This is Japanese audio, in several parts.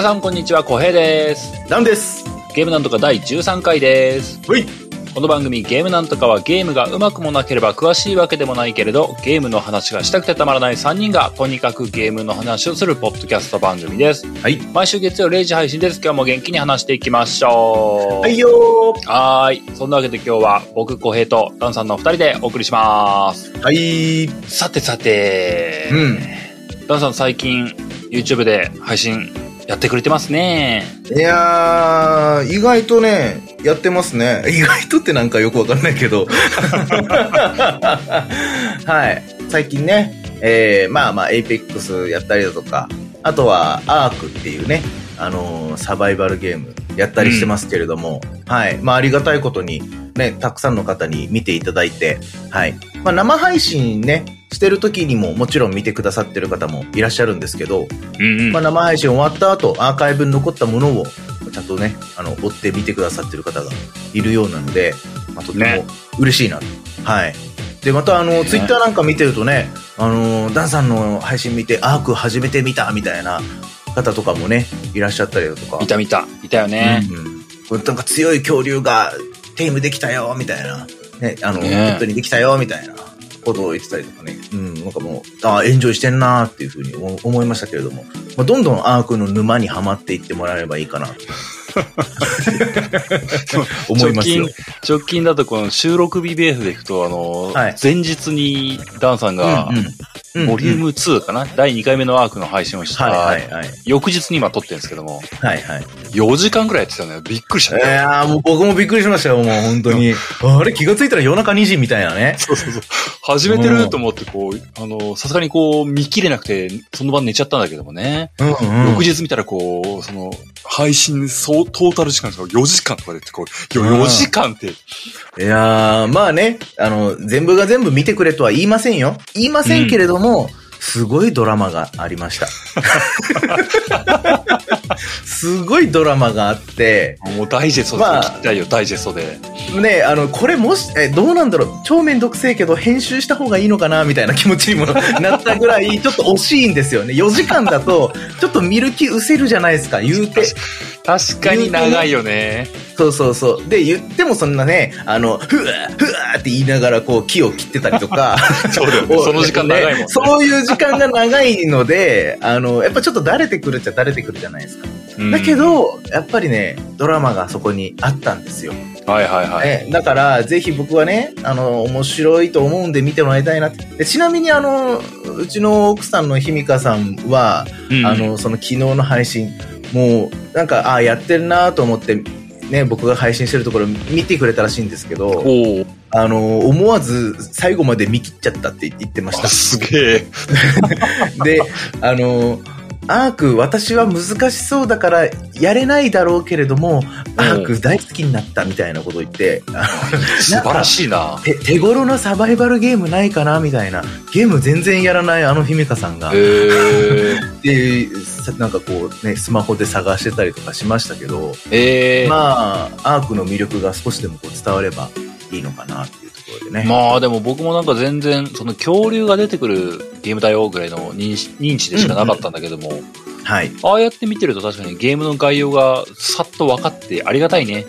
皆さんこんにちは、小平です。 ダンです。 ゲームなんとか第13回です。 はい。 この番組ゲームなんとかはゲームがうまくもなければ詳しいわけでもないけれど、ゲームの話がしたくてたまらない3人がとにかくゲームの話をするポッドキャスト番組です。 はい。 毎週月曜0時配信です。今日も元気に話していきましょう。 はいよー。 はーい。そんなわけで今日は僕小平とダンさんの2人でお送りします。 はい。 さて、ダンさん最近 YouTube で配信やってくれてますね。 いやー、意外とね、やってますね。意外とってなんかよくわかんないけど。はい。最近ね、エイペックスやったりだとか、あとはアークっていうね、サバイバルゲームやったりしてますけれども、はい。ありがたいことに、ね、たくさんの方に見ていただいて、はい。生配信ね、してる時にももちろん見てくださってる方もいらっしゃるんですけど、生配信終わった後、アーカイブに残ったものを、ちゃんとね、追って見てくださってる方がいるようなので、とても嬉しいなと。はい。で、またツイッターなんか見てるとね、ダンさんの配信見て、アーク初めて見たみたいな方とかもね、いらっしゃったりだとか。 いたよね。 なんか強い恐竜がテームできたよ、みたいな。ね、ペットにできたよ、みたいなことを言ってたりとかね。なんかもう、エンジョイしてんなーっていうふうに思いましたけれども、どんどんアークの沼にはまっていってもらえればいいかなと。思いますよ。 直近だとこの収録日ベースでいくと、前日にダンさんが、ボリューム2かな、第2回目のアークの配信をした、翌日に今撮ってるんですけども、4時間くらいやってたのよ。びっくりしたね。 いやー、もう僕もびっくりしましたよ、もう本当に。あれ、気がついたら夜中2時みたいなね。 そう。始めてると思って、さすがに見切れなくて、その晩寝ちゃったんだけどもね。翌日見たら配信トータル時間が4時間とかで4時間って。 いやー、ね、全部が全部見てくれとは言いませんよ。言いませんけれども、すごいドラマがありました。すごいドラマがあって。 もうダイジェストで聞きたいよ、ダイジェストで。 ね、これもし、どうなんだろう、超めんどくせえけど編集した方がいいのかなみたいな気持ちにもなったぐらい、ちょっと惜しいんですよね。4時間だと、ちょっと見る気失せるじゃないですか、言うて。 確かに長いよね。 そう。で、言ってもそんなね、ふわーって言いながら木を切ってたりとか。 そうだよね。その時間長いもんね。 そういう時間が長いので、やっぱちょっとだれてくるっちゃだれてくるじゃないですか。だけど、やっぱりね、ドラマがそこにあったんですよ。だから、ぜひ僕はね、面白いと思うんで見てもらいたいなって。でちなみにうちの奥さんのひみかさんは、その昨日の配信、もう、なんか、やってるなと思って、ね、僕が配信してるところ見てくれたらしいんですけど、思わず最後まで見切っちゃったって言ってました。 すげえ。 で、アーク、私は難しそうだからやれないだろうけれども、アーク大好きになったみたいなことを言って、 素晴らしいな。 手頃なサバイバルゲームないかなみたいな、ゲーム全然やらないひめかさんが、で、なんかね、スマホで探してたりとかしましたけど、アークの魅力が少しでも伝わればいいのかなっていうところでね。 でも僕もなんか全然、その恐竜が出てくるゲームだよぐらいの認知でしかなかったんだけども、ああやって見てると確かにゲームの概要がさっと分かってありがたいね。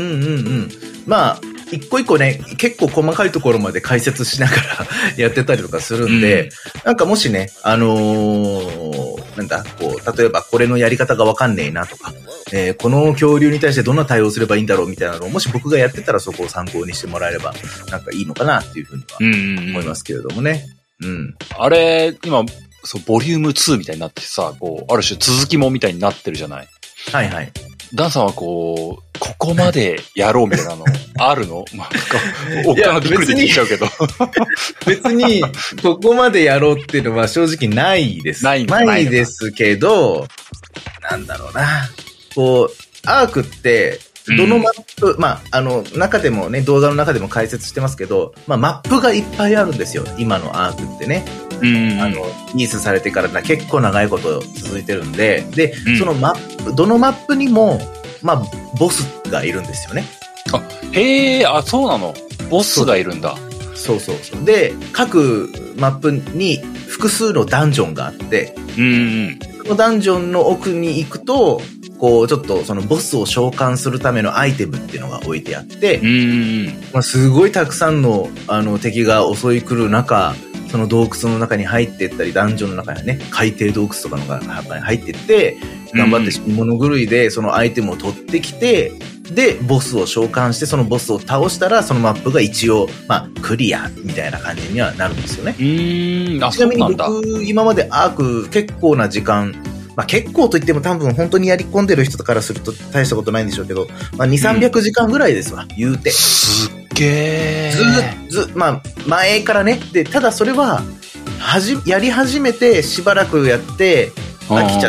一個一個ね、結構細かいところまで解説しながらやってたりとかするんで、なんかもしね、例えばこれのやり方がわかんねえなとか、この恐竜に対してどんな対応すればいいんだろうみたいなのを、もし僕がやってたらそこを参考にしてもらえれば、なんかいいのかなっていうふうには思いますけれどもね。 あれ、今、ボリューム2みたいになってさ、ある種続きもみたいになってるじゃない。ダンさんはここまでやろうみたいなのあるの？おっかなびっくりで聞いちゃうけど。 別に、ここまでやろうっていうのは正直ないです。ないですけど、なんだろうな。アークって、どのマップ、中でもね、動画の中でも解説してますけど、マップがいっぱいあるんですよ。今のアークってね。リースされてから結構長いこと続いてるんで、そのどのマップにも、ボスがいるんですよね。 そうなの？ボスがいるんだ。 そう。で、各マップに複数のダンジョンがあって、 そのダンジョンの奥に行くと、こう、ちょっとそのボスを召喚するためのアイテムっていうのが置いてあって、まあ、すごいたくさんの、敵が襲い来る中、その洞窟の中に入っていったり、ダンジョンの中にね、海底洞窟とかのが入っていって、頑張って物狂いでそのアイテムを取ってきて、で、ボスを召喚して、そのボスを倒したら、そのマップが一応、まあ、クリアみたいな感じにはなるんですよね。ちなみに僕、今までアーク結構な時間、まあ結構といっても多分本当にやり込んでる人からすると大したことないんでしょうけど、まあ2、300時間ぐらいですわ、言うて。 すっげー。まあ前からね。で、ただそれは、やり始めてしばらくやって、飽きちゃって、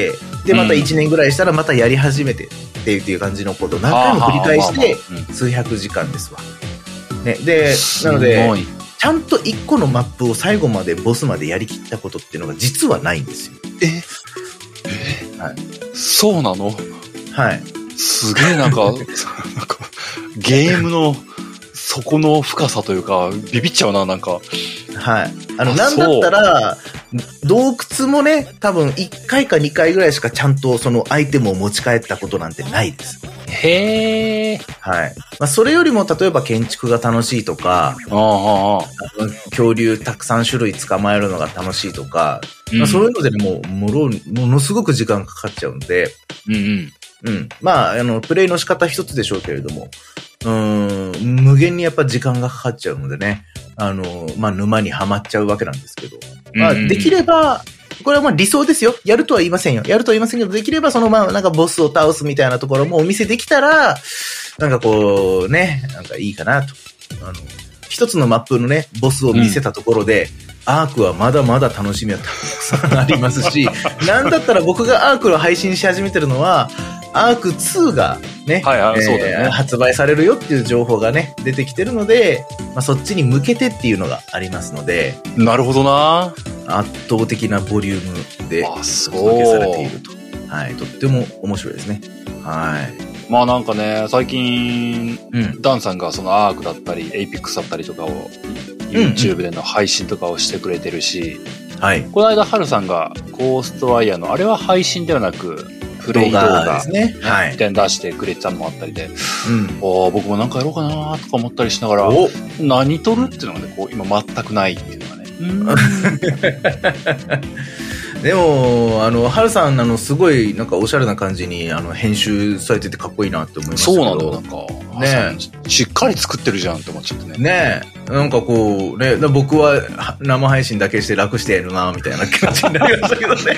で、また1年ぐらいしたらまたやり始めてっていう感じのことを何回も繰り返して、数百時間ですわ。ね。で、なので、ちゃんと1個のマップを最後までボスまでやりきったことっていうのが実はないんですよ。 はい、そうなの？ はい。 すげえなんかゲームの底の深さというか、ビビっちゃうな、なんか。 はい。なんだったら、洞窟もね、多分1回か2回ぐらいしかちゃんとそのアイテムを持ち帰ったことなんてないです。 へー。 はい。まあ、それよりも例えば建築が楽しいとか、恐竜たくさん種類捕まえるのが楽しいとか、まあ、そういうのでものすごく時間かかっちゃうんで、まあ、プレイの仕方一つでしょうけれども、無限にやっぱ時間がかかっちゃうのでね、まあ、沼にはまっちゃうわけなんですけど、まあ、できれば、これはまあ理想ですよ。やるとは言いませんよ。やるとは言いませんけど、できればそのまあなんかボスを倒すみたいなところもお見せできたら、なんかこうね、なんかいいかなと。一つのマップのね、ボスを見せたところで、アークはまだまだ楽しみはたくさんありますし、なんだったら僕がアークを配信し始めてるのは、アーク2がね、 そうだよね、 発売されるよっていう情報がね、出てきてるので、まあ、そっちに向けてっていうのがありますので。 なるほどな。 圧倒的なボリュームでお届けされていると。はい。とっても面白いですね。はい。 まあなんかね、最近、ダンさんがそのアークだったり、エイピックスだったりとかを、YouTube での配信とかをしてくれてるし、 はい。 この間、ハルさんが、ゴーストワイヤーの、あれは配信ではなく、プレイ動画ですね。はい。 みたいな出してくれてたのもあったりで、僕もなんかやろうかなとか思ったりしながら、何撮るっていうのがね、こう、今全くないっていうのがね。 でも、ハルさん、すごい、なんか、おしゃれな感じに、編集されててかっこいいなって思いましたけど。 そうなんだよ、なんか。ねしっかり作ってるじゃんって思っちゃってね。 ねえ。なんかこう、ね、僕は生配信だけして楽してやるな、みたいな感じになりましたけどね。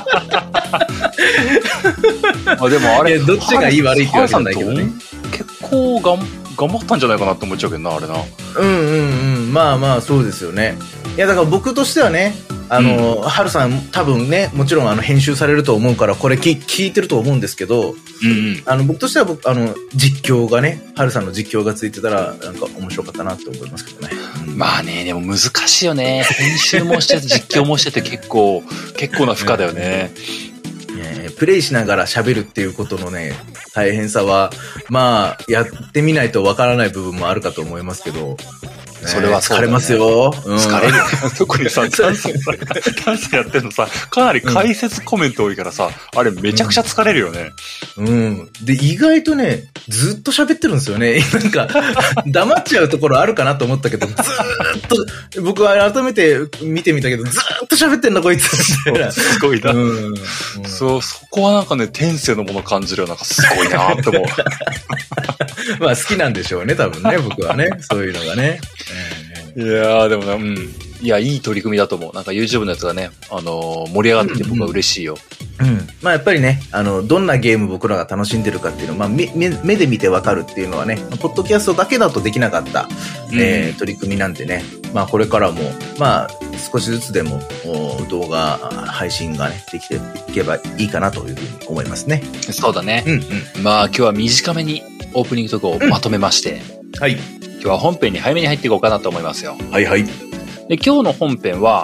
でもあれ、 どっちがいい悪いってわけじゃないけどね。 結構頑張ったんじゃないかなって思っちゃうけどな、あれな。 まあまあ、そうですよね。いや、だから僕としてはね、ハルさん多分ね、もちろん編集されると思うから、これ聞いてると思うんですけど、僕としては実況がね、ハルさんの実況がついてたら、なんか面白かったなって思いますけどね。 まあね、でも難しいよね。編集もしてて、実況もしてて結構な負荷だよね。 プレイしながら喋るっていうことのね、大変さは、まあ、やってみないとわからない部分もあるかと思いますけど、 それはそうだね。 疲れますよ。 疲れる。特にさ、ダンスやってんのさ、かなり解説コメント多いからさ、あれめちゃくちゃ疲れるよね。 で、意外とね、ずっと喋ってるんですよね。なんか、黙っちゃうところあるかなと思ったけど、ずーっと、僕は改めて見てみたけど、ずーっと喋ってんだこいつ。 すごいな。そこはなんかね、天性のもの感じるよ。なんかすごいなって思う。 まあ好きなんでしょうね、多分ね、僕はね。そういうのがね。 いやー、でもね、いや、いい取り組みだと思う。なんか YouTube のやつがね、盛り上がってて僕は嬉しいよ。 まあやっぱりね、どんなゲーム僕らが楽しんでるかっていうのを、まあ目で見てわかるっていうのはね、ポッドキャストだけだとできなかった、取り組みなんでね、まあこれからも、まあ少しずつでも動画配信がね、できていけばいいかなというふうに思いますね。 そうだね。まあ今日は短めにオープニングトークをまとめまして、 はい。 今日は本編に早めに入っていこうかなと思いますよ。 はいはい。 で、今日の本編は、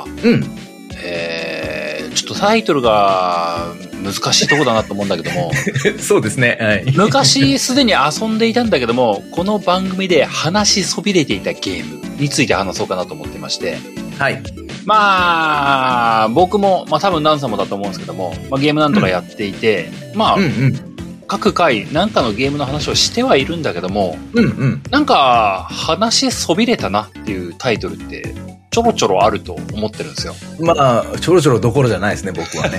ちょっとタイトルが難しいとこだなと思うんだけども。 そうですね。はい。 昔すでに遊んでいたんだけども、この番組で話しそびれていたゲームについて話そうかなと思ってまして。 はい。 まあ、僕も、まあ多分ダンさんもだと思うんですけども、まあゲームなんとかやっていて、まあ、各回なんかのゲームの話をしてはいるんだけども、なんか話そびれたなっていうタイトルってちょろちょろあると思ってるんですよ。 まあ、ちょろちょろどころじゃないですね、僕は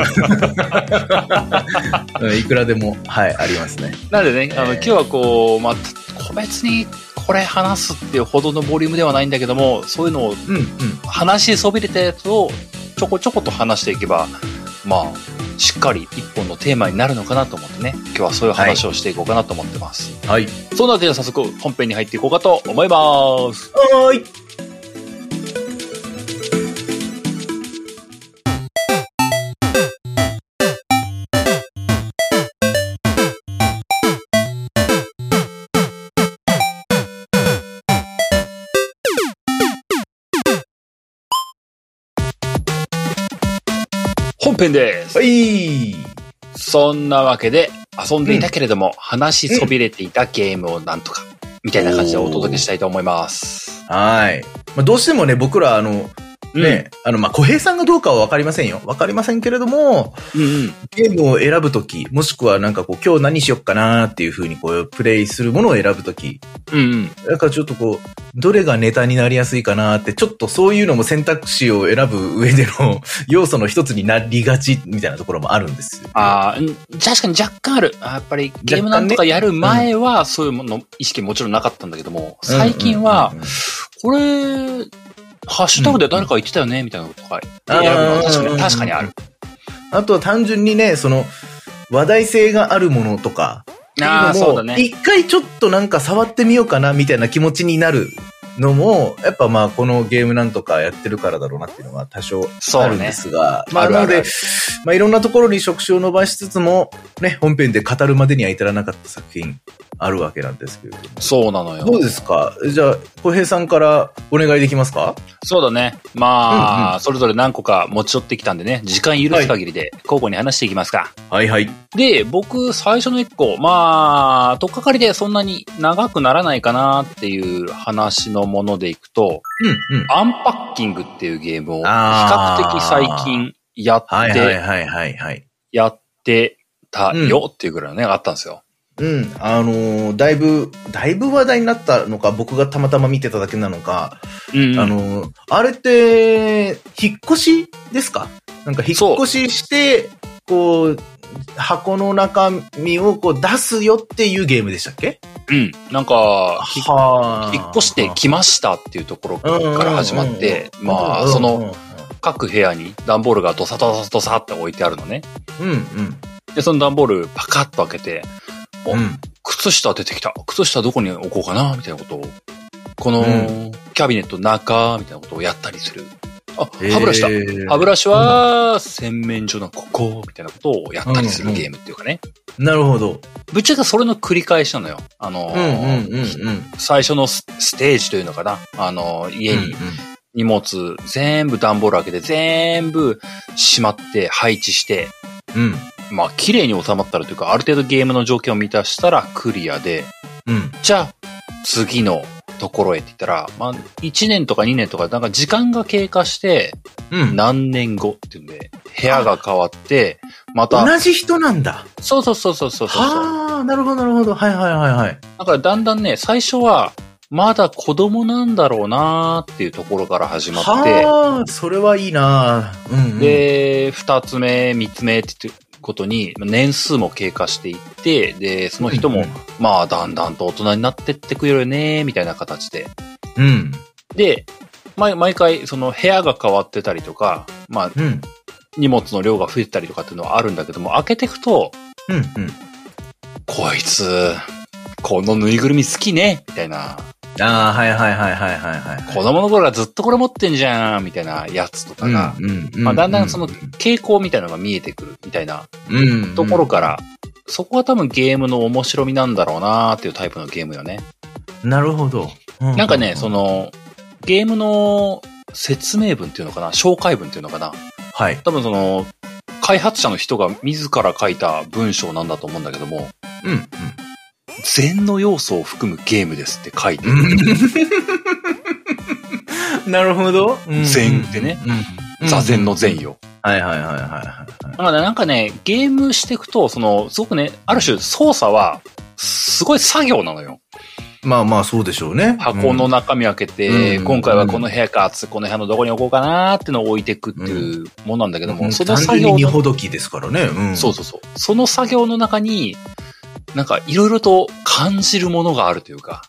ね。いくらでも、はい、ありますね。 なんでね、今日はこう、まあ、個別にこれ話すっていうほどのボリュームではないんだけども、そういうのを、話そびれたやつをちょこちょこと話していけば、まあ、しっかり一本のテーマになるのかなと思ってね、今日はそういう話をしていこうかなと思ってます。 はい。 そんなわけで早速本編に入っていこうかと思います。 はい。 本編です。 はい。 そんなわけで遊んでいたけれども、話しそびれていたゲームをなんとかみたいな感じでお届けしたいと思います。 はい。まあ、どうしてもね、僕らね、まあ、小平さんがどうかはわかりませんよ。わかりませんけれども、ゲームを選ぶとき、もしくはなんかこう、今日何しよっかなーっていう風にこう、プレイするものを選ぶとき、なんかちょっとこう、どれがネタになりやすいかなーって、ちょっとそういうのも選択肢を選ぶ上での要素の一つになりがちみたいなところもあるんですよ。 ああ、確かに若干ある。やっぱりゲームなんとかやる前は、そういうもの意識もちろんなかったんだけども、最近は、これ、ハッシュタグで誰か言ってたよね、みたいなことが確かにある。 あとは単純にね、その、話題性があるものとか、 そうだね。 一回ちょっとなんか触ってみようかな、みたいな気持ちになるのも、やっぱまあこのゲームなんとかやってるからだろうなっていうのは多少あるんですが、まあなので、まあいろんなところに触手を伸ばしつつも、ね、本編で語るまでには至らなかった作品あるわけなんですけれども。 そうなのよ。 どうですか？じゃあ、小平さんからお願いできますか？ そうだね。まあ、それぞれ何個か持ち寄ってきたんでね、時間許す限りで交互に話していきますか。 はいはい。 で、僕、最初の一個、まあ、とっかかりでそんなに長くならないかなっていう話のものでいくと、アンパッキングっていうゲームを比較的最近やってたよっていうぐらいのね、あったんですよ。 だいぶ話題になったのか、僕がたまたま見てただけなのか、あれって、引っ越しですか？なんか引っ越しして、こう、箱の中身をこう出すよっていうゲームでしたっけ？ なんか、引っ越してきましたっていうところから始まって、まあ、その、各部屋に段ボールがドサドサドサって置いてあるのね。で、その段ボールパカッと開けて、靴下出てきた。靴下どこに置こうかなみたいなことを、この、キャビネット中みたいなことをやったりする。歯ブラシだ。歯ブラシは、洗面所のここみたいなことをやったりするゲームっていうかね。 なるほど。 ぶっちゃけそれの繰り返しなのよ。最初のステージというのかな。家に荷物全部段ボール開けて全部しまって配置して、まあ、綺麗に収まったらというか、ある程度ゲームの条件を満たしたらクリアで、じゃあ、次のところへって言ったら、まあ、1年とか2年とか、なんか時間が経過して、何年後っていうんで、部屋が変わって、また。 同じ人なんだ。 そう。 はあ、なるほど。はい。 だからだんだんね、最初は、まだ子供なんだろうなーっていうところから始まって。 はあ、それはいいなで、2つ目、3つ目って言って、ことに年数も経過していって、で、その人も、まあ、だんだんと大人になってってくよね、みたいな形で。で、毎回、その部屋が変わってたりとか、まあ、荷物の量が増えたりとかっていうのはあるんだけども、開けていくと、こいつ、このぬいぐるみ好きね、みたいな。 はい。 子供の頃からずっとこれ持ってんじゃん、みたいなやつとかが、まあだんだんその傾向みたいなのが見えてくる、みたいなところから、そこは多分ゲームの面白みなんだろうなーっていうタイプのゲームよね。 なるほど。 なんかね、その、ゲームの説明文っていうのかな、紹介文っていうのかな。 はい。 多分その、開発者の人が自ら書いた文章なんだと思うんだけども、禅の要素を含むゲームですって書いてる。 なるほど。 禅ってね。座禅の禅よ。 はいはいはいはい。 だからなんかね、ゲームしていくと、すごくね、ある種操作は、すごい作業なのよ。 まあまあそうでしょうね。 箱の中身開けて、今回はこの部屋か、この部屋のどこに置こうかなーってのを置いていくっていうものなんだけども、 その作業。単純に荷ほどきですからね。 そうそうそう。その作業の中に、なんかいろいろと感じるものがあるというか、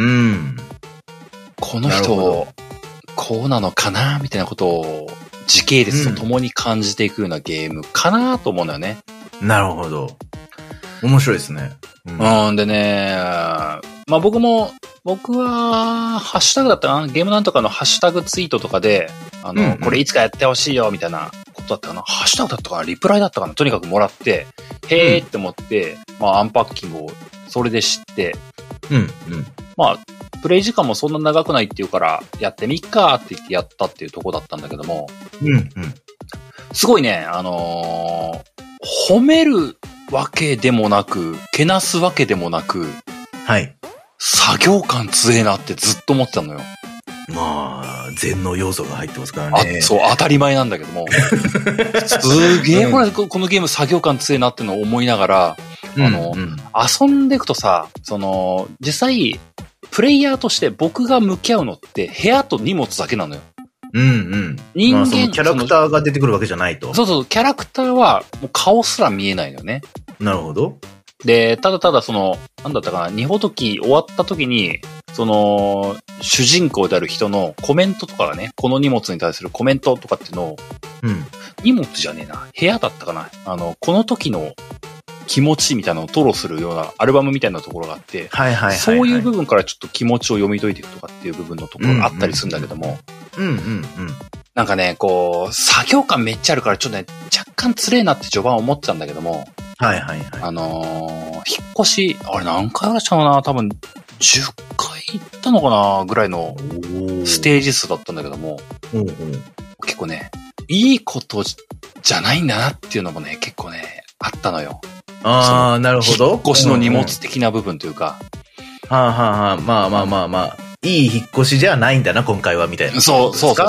この人、こうなのかなみたいなことを時系列と共に感じていくようなゲームかなと思うんだよね。 なるほど。面白いですね。 でね、まあ僕は、ハッシュタグだったかな、ゲームなんとかのハッシュタグツイートとかで、これいつかやってほしいよ、みたいなことだったかな。ハッシュタグだったかな、リプライだったかな、とにかくもらって、へーって思って、まあアンパッキングをそれで知って、まあ、プレイ時間もそんな長くないっていうから、やってみっかって言ってやったっていうとこだったんだけども、すごいね、褒めるわけでもなく、けなすわけでもなく、 はい。 作業感強えなってずっと思ってたのよ。 まあ、禅の要素が入ってますからね。 そう、当たり前なんだけども。すげえ、このゲーム作業感強えなってのを思いながら、遊んでいくとさ、実際、プレイヤーとして僕が向き合うのって部屋と荷物だけなのよ。人間、 キャラクターが出てくるわけじゃないと。 そう、キャラクターはもう顔すら見えないのよね。 なるほど。 で、ただなんだったかな、荷ほどき終わった時に、主人公である人のコメントとかがね、この荷物に対するコメントとかっていうのを、荷物じゃねえな、部屋だったかな、この時の気持ちみたいなのを吐露するようなアルバムみたいなところがあって、そういう部分からちょっと気持ちを読み解いていくとかっていう部分のところがあったりするんだけども、なんかね、作業感めっちゃあるからちょっとね、若干つれえなって序盤思ってたんだけども、引っ越し、あれ何回ぐらいしたのかな、多分10回行ったのかなぐらいのステージ数だったんだけども、結構ね、いいことじゃないんだなっていうのもね、結構ね、あったのよ。 なるほど。 引っ越しの荷物的な部分というか。 まあ。いい引っ越しじゃないんだな、今回は、みたいな。 そう。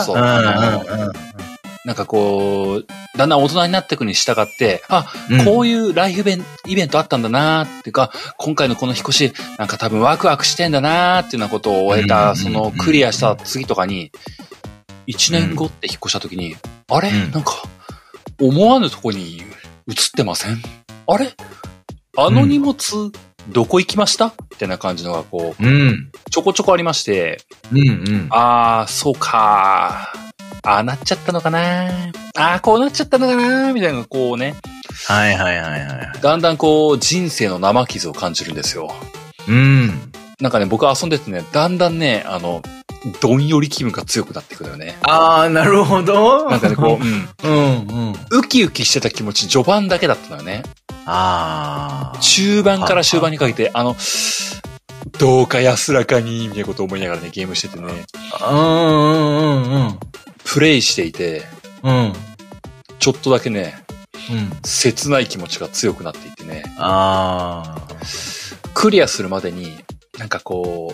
なんかだんだん大人になっていくに従って、こういうライフイベントあったんだなーっていうか、今回のこの引っ越し、なんか多分ワクワクしてんだなーっていうようなことを終えた、クリアした次とかに、1年後って引っ越した時に、あれなんか、思わぬとこに移ってません？あれあの荷物、どこ行きましたみたいな感じのがちょこちょこありまして、そうかなっちゃったのかなこうなっちゃったのかなみたいなね。だんだん人生の生傷を感じるんですよ。なんかね、僕遊んでてね、だんだんね、どんより気分が強くなってくるよね。 なるほど。 なんかね、ウキウキしてた気持ち、序盤だけだったのよね。中盤から終盤にかけて、どうか安らかに、みたいなことを思いながらね、ゲームしててね。プレイしていて、ちょっとだけね、切ない気持ちが強くなっていってね。クリアするまでに、なんか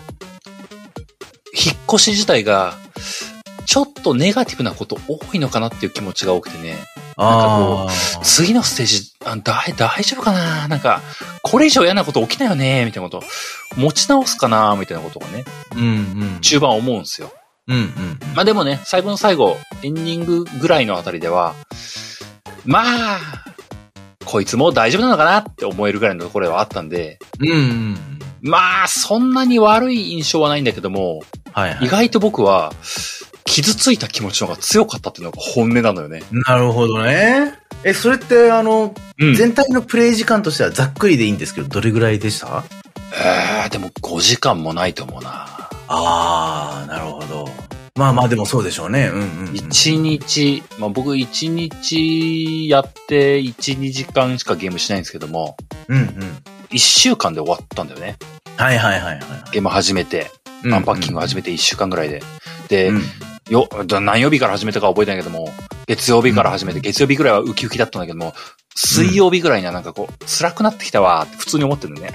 引っ越し自体が、ちょっとネガティブなこと多いのかなっていう気持ちが多くてね。なんか次のステージ、大丈夫かななんか、これ以上嫌なこと起きないよねみたいなこと、持ち直すかなみたいなことがね、中盤思うんですよ。まあでもね、最後の最後、エンディングぐらいのあたりでは、まあ、こいつも大丈夫なのかなって思えるぐらいのところはあったんで、まあ、そんなに悪い印象はないんだけども、意外と僕は、傷ついた気持ちの方が強かったっていうのが本音なのよね。 なるほどね。それって全体のプレイ時間としてはざっくりでいいんですけど、どれぐらいでした？ でも5時間もないと思うな。 なるほど。まあでもそうでしょうね。 1日、僕1日やって1、2時間しかゲームしないんですけども、1週間で終わったんだよね。ゲーム始めて、アンパッキング始めて1週間ぐらいで。で、何曜日から始めたか覚えてないけども、月曜日から始めて、月曜日ぐらいはウキウキだったんだけども、水曜日ぐらいにはなんか辛くなってきたわって普通に思ってるのね。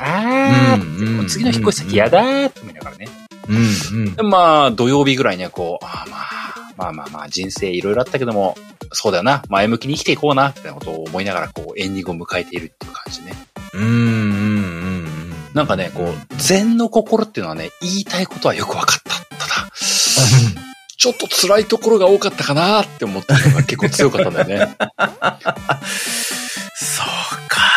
次の引っ越し先やだーって思いながらね。で土曜日ぐらいにはまあ、人生いろいろあったけども、そうだよな、前向きに生きていこうな、みたいなことを思いながら、こう、エンディングを迎えているっていう感じね。なんかね、こう、禅の心っていうのはね、言いたいことはよくわかった。ただ、ちょっと辛いところが多かったかなって思ったのが結構強かったんだよね。 そうか。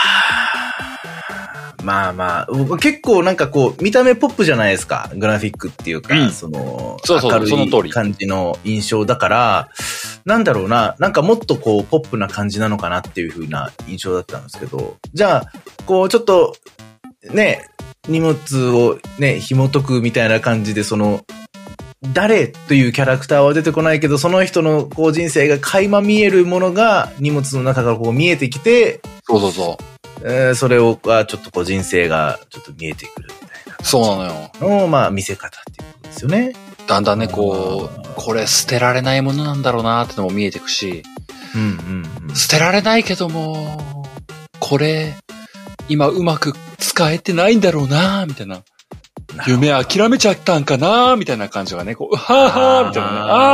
まあ、結構なんかこう、見た目ポップじゃないですか。グラフィックっていうか、明るい感じの印象だから、なんだろうな、なんかもっとこう、ポップな感じなのかなっていう風な印象だったんですけど、じゃあ、こう、ちょっと、ね、荷物をね、紐解くみたいな感じで、誰というキャラクターは出てこないけど、その人のこう人生が垣間見えるものが荷物の中からこう見えてきて、それを、ちょっとこう人生がちょっと見えてくるみたいな。 そうなのよ。 の、まあ見せ方っていうことですよね。 だんだんね、これ捨てられないものなんだろうなってのも見えてくし、捨てられないけども、これ、今うまく使えてないんだろうなみたいな。夢諦めちゃったんかなみたいな感じがね、こう、はぁはぁみたい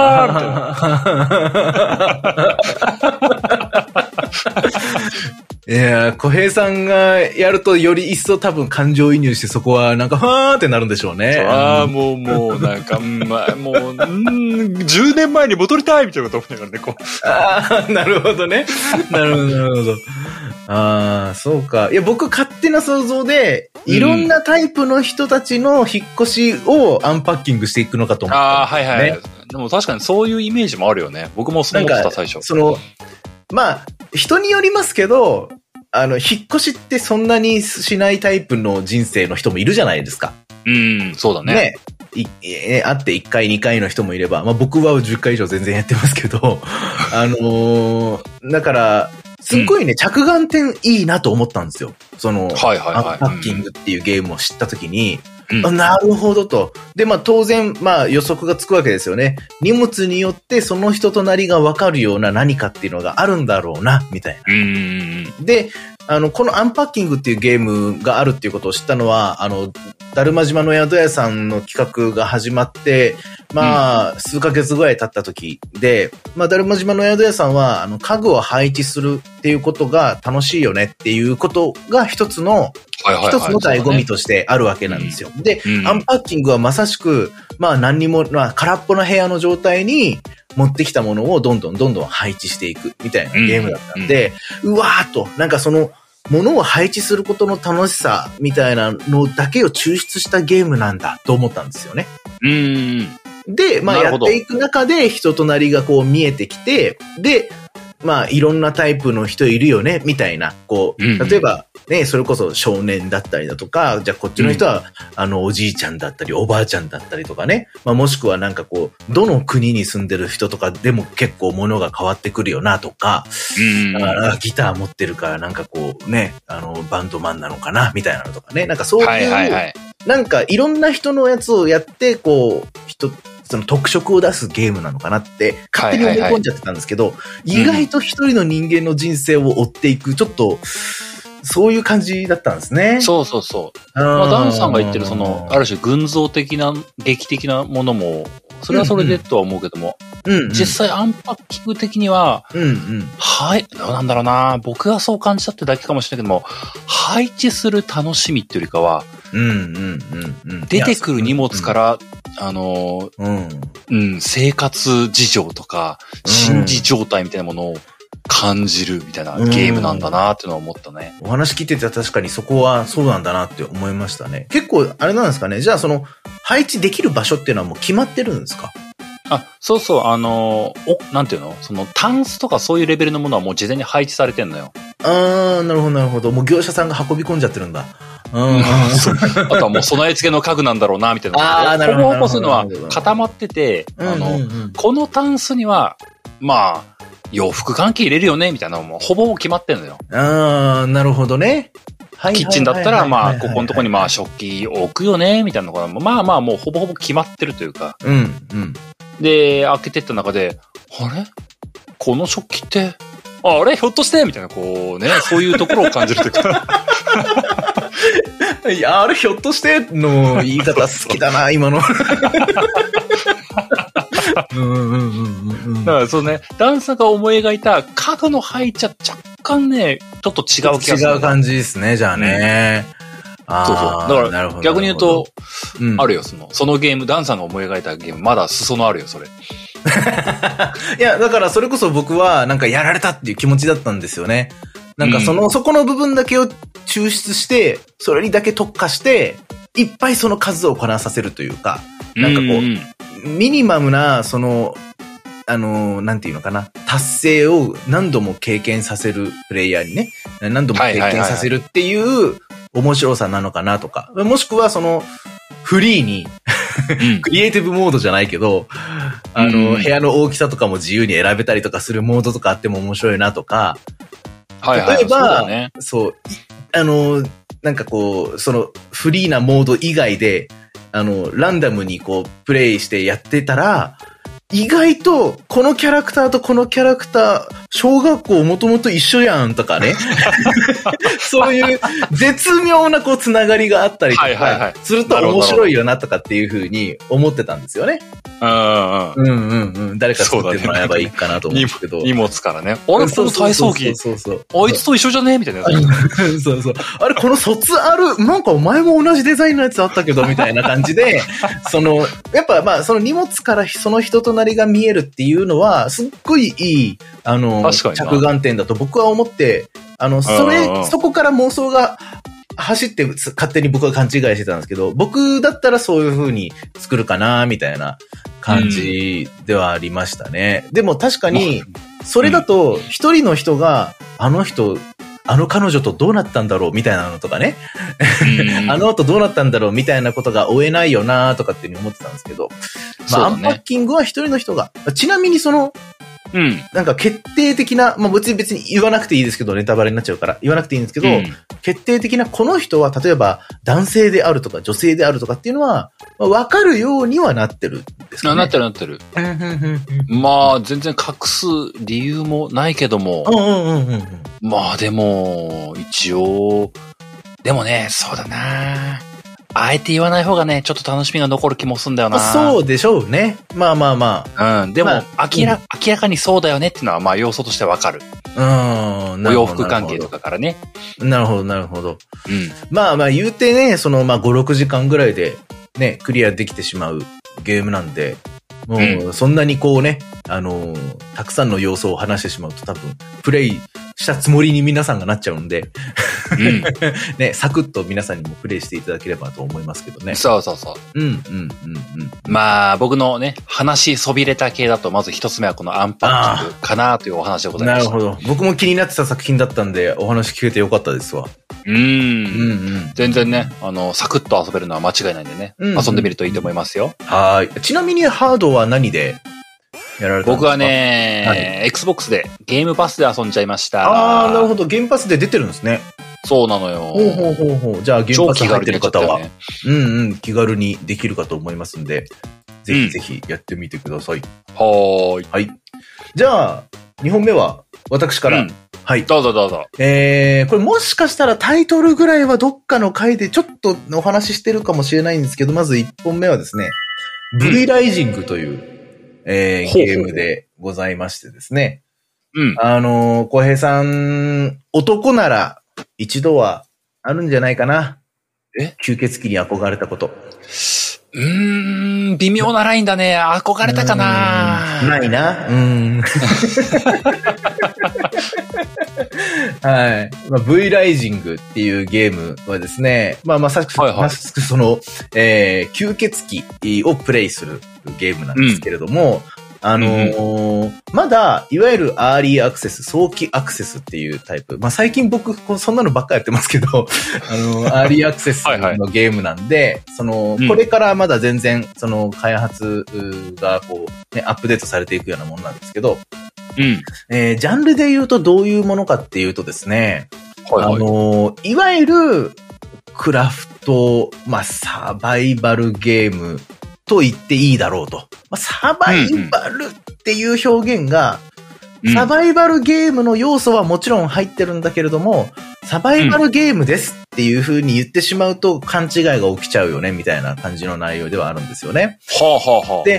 なね、みたいな。 いや、小平さんがやるとより一層多分感情移入してそこはなんか、はーってなるんでしょうね。 もうなんか、もう、10年前に戻りたいみたいなこと思いながらね、こう。なるほどね。なるほど。そうか。いや、僕勝手な想像で、いろんなタイプの人たちの引っ越しをアンパッキングしていくのかと思った、 はいはい。でも確かにそういうイメージもあるよね。僕もそう思ってた、最初。 まあ、人によりますけど、引っ越しってそんなにしないタイプの人生の人もいるじゃないですか。 そうだね。 会って1回2回の人もいれば、まあ僕は10回以上全然やってますけど、だから、すっごいね、着眼点いいなと思ったんですよ。アンパッキングっていうゲームを知ったときに、なるほどと。で、まあ当然、まあ予測がつくわけですよね。荷物によってその人となりがわかるような何かっていうのがあるんだろうな、みたいな。で、このアンパッキングっていうゲームがあるっていうことを知ったのは、だるま島の宿屋さんの企画が始まって、まあ、数ヶ月ぐらい経った時で、まあ、だるま島の宿屋さんは、家具を配置するっていうことが楽しいよねっていうことが一つの醍醐味としてあるわけなんですよ。で、アンパッキングはまさしく、まあ何にも、まあ空っぽな部屋の状態に持ってきたものをどんどん配置していくみたいなゲームだったんで、うわーっと、なんか物を配置することの楽しさみたいなのだけを抽出したゲームなんだと思ったんですよね。で、まあやっていく中で人となりがこう見えてきて、で、まあいろんなタイプの人いるよね、みたいな、こう、例えばね、それこそ少年だったりだとか、じゃあこっちの人は、おじいちゃんだったり、おばあちゃんだったりとかね、まあもしくはなんかこう、どの国に住んでる人とかでも結構物が変わってくるよなとか、ギター持ってるからなんかこうね、バンドマンなのかな、みたいなのとかね、なんかそういう、なんかいろんな人のやつをやって、こう、その特色を出すゲームなのかなって勝手に思い込んじゃってたんですけど、意外と一人の人間の人生を追っていく、ちょっと、そういう感じだったんですね。 そう。まあ、ダンさんが言ってるある種群像的な、劇的なものも、それはそれでとは思うけども、実際アンパッキング的には、はい、なんだろうな、僕がそう感じたってだけかもしれないけども、配置する楽しみっていうよりかは、出てくる荷物から、生活事情とか、心理状態みたいなものを感じるみたいなゲームなんだなっていうのは思ったね。 お話聞いてて確かにそこはそうなんだなって思いましたね。結構あれなんですかね。じゃあ配置できる場所っていうのはもう決まってるんですか？ そうそう、なんていうの？タンスとかそういうレベルのものはもう事前に配置されてんのよ。 なるほど。もう業者さんが運び込んじゃってるんだ。 あとはもう備え付けの家具なんだろうな、みたいな。ほぼほぼそういうのは固まってて、このタンスには、まあ、洋服関係入れるよね、みたいなのもほぼほぼ決まってんのよ。 なるほどね。 キッチンだったら、まあ、ここのとこにまあ、食器置くよね、みたいなのが、まあ、もうほぼほぼ決まってるというか。で、開けてった中で、あれこの食器って、あれひょっとしてみたいな、こうね、そういうところを感じるというか。 いや、あれひょっとしての言い方好きだな、今の。 だからそうね、ダンサーが思い描いた角の配置は若干ね、ちょっと違う気がする。 違う感じですね、じゃあね。 そうそう。だから逆に言うと、あるよ、そのゲーム、ダンさんが思い描いたゲーム、まだ裾野あるよ、それ。 いや、だからそれこそ僕はなんかやられたっていう気持ちだったんですよね。なんかそこの部分だけを抽出して、それにだけ特化して、いっぱいその数をこなさせるというか、なんかこう、ミニマムな、なんていうのかな、達成を何度も経験させるプレイヤーにね、何度も経験させるっていう面白さなのかなとか、もしくはフリーに、クリエイティブモードじゃないけど、部屋の大きさとかも自由に選べたりとかするモードとかあっても面白いなとか、例えば、そう、なんかこう、フリーなモード以外で、ランダムにこう、プレイしてやってたら、意外と、このキャラクターとこのキャラクター、小学校もともと一緒やんとかね。そういう絶妙なこうつながりがあったりとか、すると面白いよなとかっていう風に思ってたんですよね。誰か作ってもらえばいいかなと思うんですけど。 荷物からね。あれこの体操着。あいつと一緒じゃねみたいなやつ。そうそう。あれこの卒ある、なんかお前も同じデザインのやつあったけど、みたいな感じで、やっぱまあその荷物からその人となりが見えるっていうのは、すっごいいい、着眼点だと僕は思って、そこから妄想が走って勝手に僕は勘違いしてたんですけど、僕だったらそういう風に作るかな、みたいな感じではありましたね。でも確かに、それだと一人の人が、あの彼女とどうなったんだろうみたいなのとかね。あの後どうなったんだろうみたいなことが追えないよなとかっていうふうに思ってたんですけど。まあ、アンパッキングは一人の人が。ちなみになんか決定的な、まあ別に言わなくていいですけど、ネタバレになっちゃうから言わなくていいんですけど、決定的なこの人は例えば男性であるとか女性であるとかっていうのは、わかるようにはなってるんですかね。 なってる。まあ全然隠す理由もないけども。まあでも、一応、でもね、そうだな。あえて言わない方がね、ちょっと楽しみが残る気もすんだよな。 そうでしょうね。まあ。 でも、明らかにそうだよねっていうのは、まあ要素としてわかる。お洋服関係とかからね。 なるほど。まあ言うてね、5、6時間ぐらいでね、クリアできてしまうゲームなんで、もう、そんなにこうね、たくさんの要素を話してしまうと多分、プレイしたつもりに皆さんがなっちゃうんで、ね、サクッと皆さんにもプレイしていただければと思いますけどね。 そう。まあ、僕のね、話そびれた系だと、まず一つ目はこのアンパッキングかなというお話でございます。 なるほど。僕も気になってた作品だったんで、お話聞けてよかったですわ。 全然ね、サクッと遊べるのは間違いないんでね、遊んでみるといいと思いますよ。 はい。ちなみにハードは何でやられたんですか？ 僕はね、Xbox でゲームパスで遊んじゃいました。 ああ、なるほど。ゲームパスで出てるんですね。 そうなのよ。 ほう。じゃあゲームパス入ってる方は、気軽にできるかと思いますんで、ぜひやってみてください。 はい。 じゃあ、2本目は私から。はい。 どうぞ。これもしかしたらタイトルぐらいはどっかの回でちょっとお話ししてるかもしれないんですけど、まず1本目はですね、V ライジングという、ゲームでございましてですね。小平さん、男なら一度はあるんじゃないかな。吸血鬼に憧れたこと。 微妙なラインだね。憧れたかな。 ないな。はい。V ライジングっていうゲームはですね、まさしく吸血鬼をプレイするゲームなんですけれども、まだ、いわゆるアーリーアクセス、早期アクセスっていうタイプ。最近僕、そんなのばっかやってますけど、アーリーアクセスのゲームなんで、これからまだ全然、開発がアップデートされていくようなものなんですけど、ジャンルで言うとどういうものかっていうとですね、いわゆる、クラフト、サバイバルゲームと言っていいだろうと。サバイバルっていう表現が、サバイバルゲームの要素はもちろん入ってるんだけれども、サバイバルゲームですっていう風に言ってしまうと勘違いが起きちゃうよね、みたいな感じの内容ではあるんですよね。で、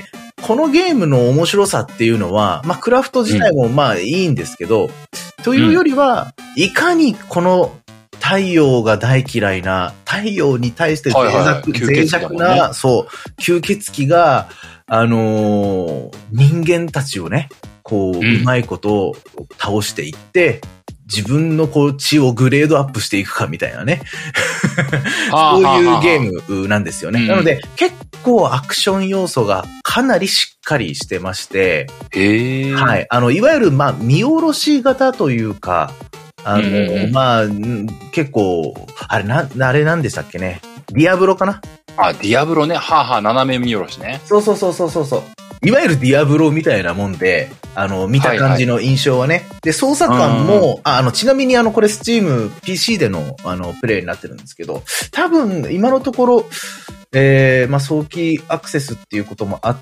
このゲームの面白さっていうのは、まあ、クラフト自体もまあいいんですけど、というよりは、いかにこの太陽が大嫌いな、太陽に対して脆弱な、そう、吸血鬼が、人間たちをね、こう、うまいことを倒していって、自分のこう血をグレードアップしていくかみたいなね。そういうゲームなんですよね。なので、結構アクション要素がかなりしっかりしてまして、はい。いわゆる、まあ、見下ろし型というか、まあ、結構、あれなんでしたっけね。ディアブロかな？ ディアブロね。斜め見下ろしね。 そう。いわゆるディアブロみたいなもんで、見た感じの印象はね。で、操作感も、ちなみにこれスチーム PC での、プレイになってるんですけど、多分、今のところ、まあ、早期アクセスっていうこともあって、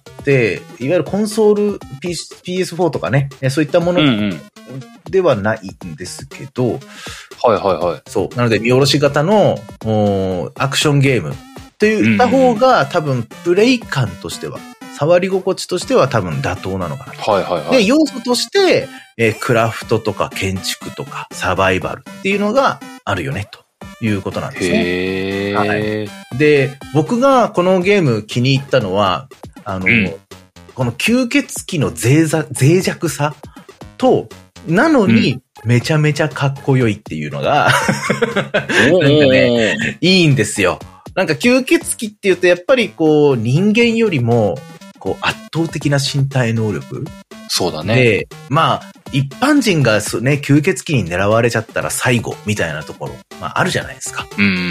いわゆるコンソール、PS4 とかね、そういったものではないんですけど、そう。なので、見下ろし型の、アクションゲームといった方が、多分、プレイ感としては、触り心地としては多分妥当なのかな。で、要素として、クラフトとか建築とかサバイバルっていうのがあるよね、ということなんですね。はい。で、僕がこのゲーム気に入ったのは、この吸血鬼の脆弱さと、なのに、めちゃめちゃかっこよいっていうのが、なんかね、いいんですよ。なんか吸血鬼って言うとやっぱりこう人間よりもこう圧倒的な身体能力。 そうだね。で、 まあ一般人がね、吸血鬼に狙われちゃったら最後みたいなところ、まああるじゃないですか。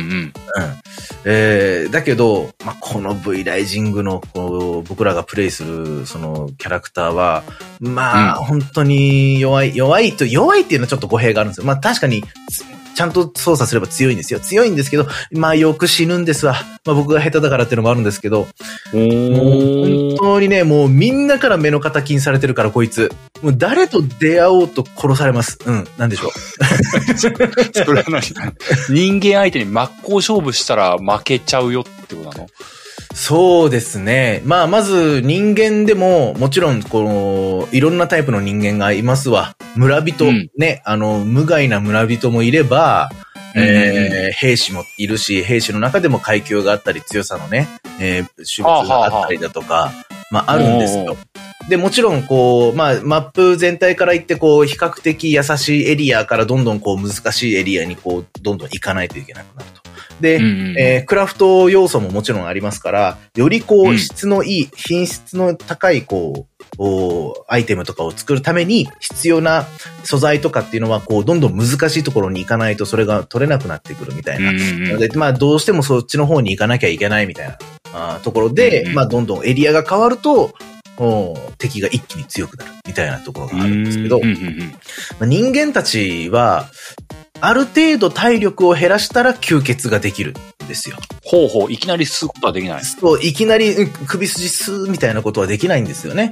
だけど、まあこの V ライジングのこう僕らがプレイするそのキャラクターは、まあ本当に弱いっていうのはちょっと語弊があるんですよ。まあ確かに、ちゃんと操作すれば強いんですよ。強いんですけど、まあよく死ぬんですわ。まあ僕が下手だからっていうのもあるんですけど、もう本当にね、もうみんなから目の敵にされてるからこいつ。もう誰と出会おうと殺されます。なんでしょう。 それは何？人間相手に真っ向勝負したら負けちゃうよってことなの？ そうですね。まあ、まず人間でも、もちろん、この、いろんなタイプの人間がいますわ。村人、ね、無害な村人もいれば、兵士もいるし、兵士の中でも階級があったり、強さのね、種別があったりだとか、まあ、あるんですよ。で、もちろん、こう、まあ、マップ全体から言って、こう、比較的優しいエリアからどんどんこう、難しいエリアにこう、どんどん行かないといけなくなると。で、クラフト要素ももちろんありますから、よりこう、質のいい、品質の高い、こう、アイテムとかを作るために必要な素材とかっていうのは、こう、どんどん難しいところに行かないとそれが取れなくなってくるみたいな。ので、まあ、どうしてもそっちの方に行かなきゃいけないみたいなところで、まあ、どんどんエリアが変わると、敵が一気に強くなるみたいなところがあるんですけど、人間たちは、ある程度体力を減らしたら吸血ができるんですよ。 いきなり吸うことはできない。 そう、いきなり首筋吸うみたいなことはできないんですよね。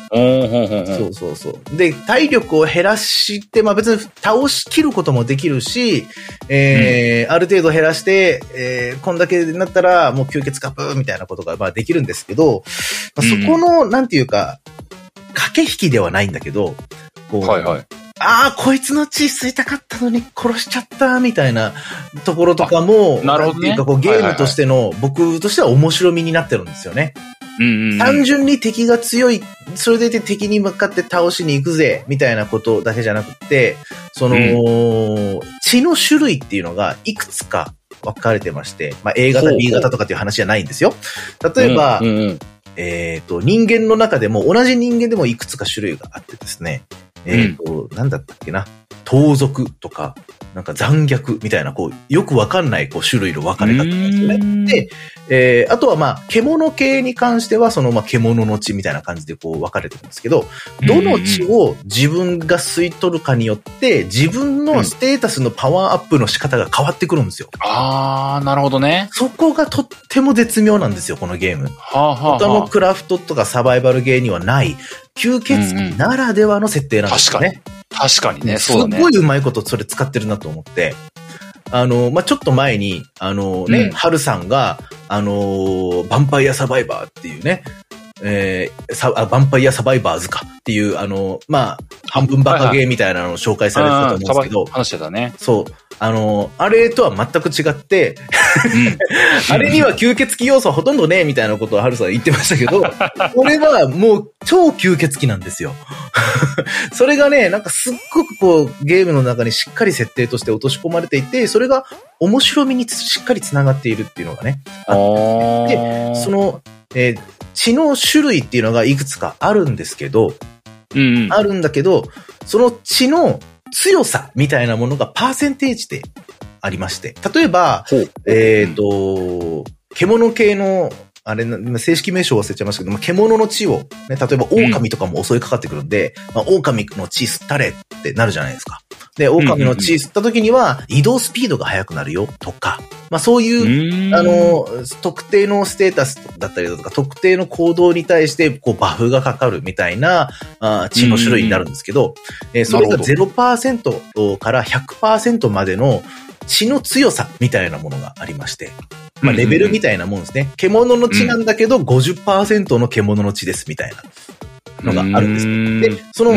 そう。で、体力を減らして、まあ別に倒し切ることもできるし、ある程度減らして、こんだけになったらもう吸血カップみたいなことがまあできるんですけど、まあ、そこの、なんていうか、駆け引きではないんだけど、こう、こいつの血吸いたかったのに殺しちゃった、みたいなところとかも、 なるほどね。 なんていうかこうゲームとしての、僕としては面白みになってるんですよね。単純に敵が強い、それで敵に向かって倒しに行くぜ、みたいなことだけじゃなくて、その、血の種類っていうのがいくつか分かれてまして、まあ A 型、B 型とかっていう話じゃないんですよ。例えば、人間の中でも、同じ人間でもいくつか種類があってですね、なんだったっけな、盗賊とか、なんか残虐みたいな、こう、よくわかんない、こう、種類の分かれ方なんですよね。で、あとはまあ、獣系に関しては、そのまあ、獣の血みたいな感じでこう、分かれてるんですけど、どの血を自分が吸い取るかによって、自分のステータスのパワーアップの仕方が変わってくるんですよ。 なるほどね。 そこがとっても絶妙なんですよ、このゲーム。他のクラフトとかサバイバルゲーにはない、吸血鬼ならではの設定なんですよね。 確かにね、そうだね。 すごいうまいことそれ使ってるなと思って、まあ、ちょっと前に、ハルさんが、ヴァンパイアサバイバーっていうね、 ヴァンパイアサバイバーズかっていう、半分バカゲーみたいなのを紹介されてたと思うんですけど。 話してたね。 そう。あれとは全く違って、あれには吸血鬼要素はほとんどねえみたいなことをハルさん言ってましたけど、これはもう超吸血鬼なんですよ。それがね、なんかすっごくこうゲームの中にしっかり設定として落とし込まれていて、それが面白みにしっかり繋がっているっていうのがね。で、その、血の種類っていうのがいくつかあるんですけど、あるんだけど、その血の強さみたいなものがパーセンテージでありまして、例えば、獣系の、あれ、正式名称忘れちゃいましたけど、獣の血を、ね、例えば狼とかも襲いかかってくるんで、狼の血吸ったれってなるじゃないですか。で、狼の血吸った時には移動スピードが速くなるよとか、そういう、特定のステータスだったりだとか、特定の行動に対して、こう、バフがかかるみたいな、血の種類になるんですけど、それが 0% から 100% までの血の強さみたいなものがありまして、レベルみたいなもんですね。獣の血なんだけど 50% の獣の血ですみたいなのがあるんですよ。で、その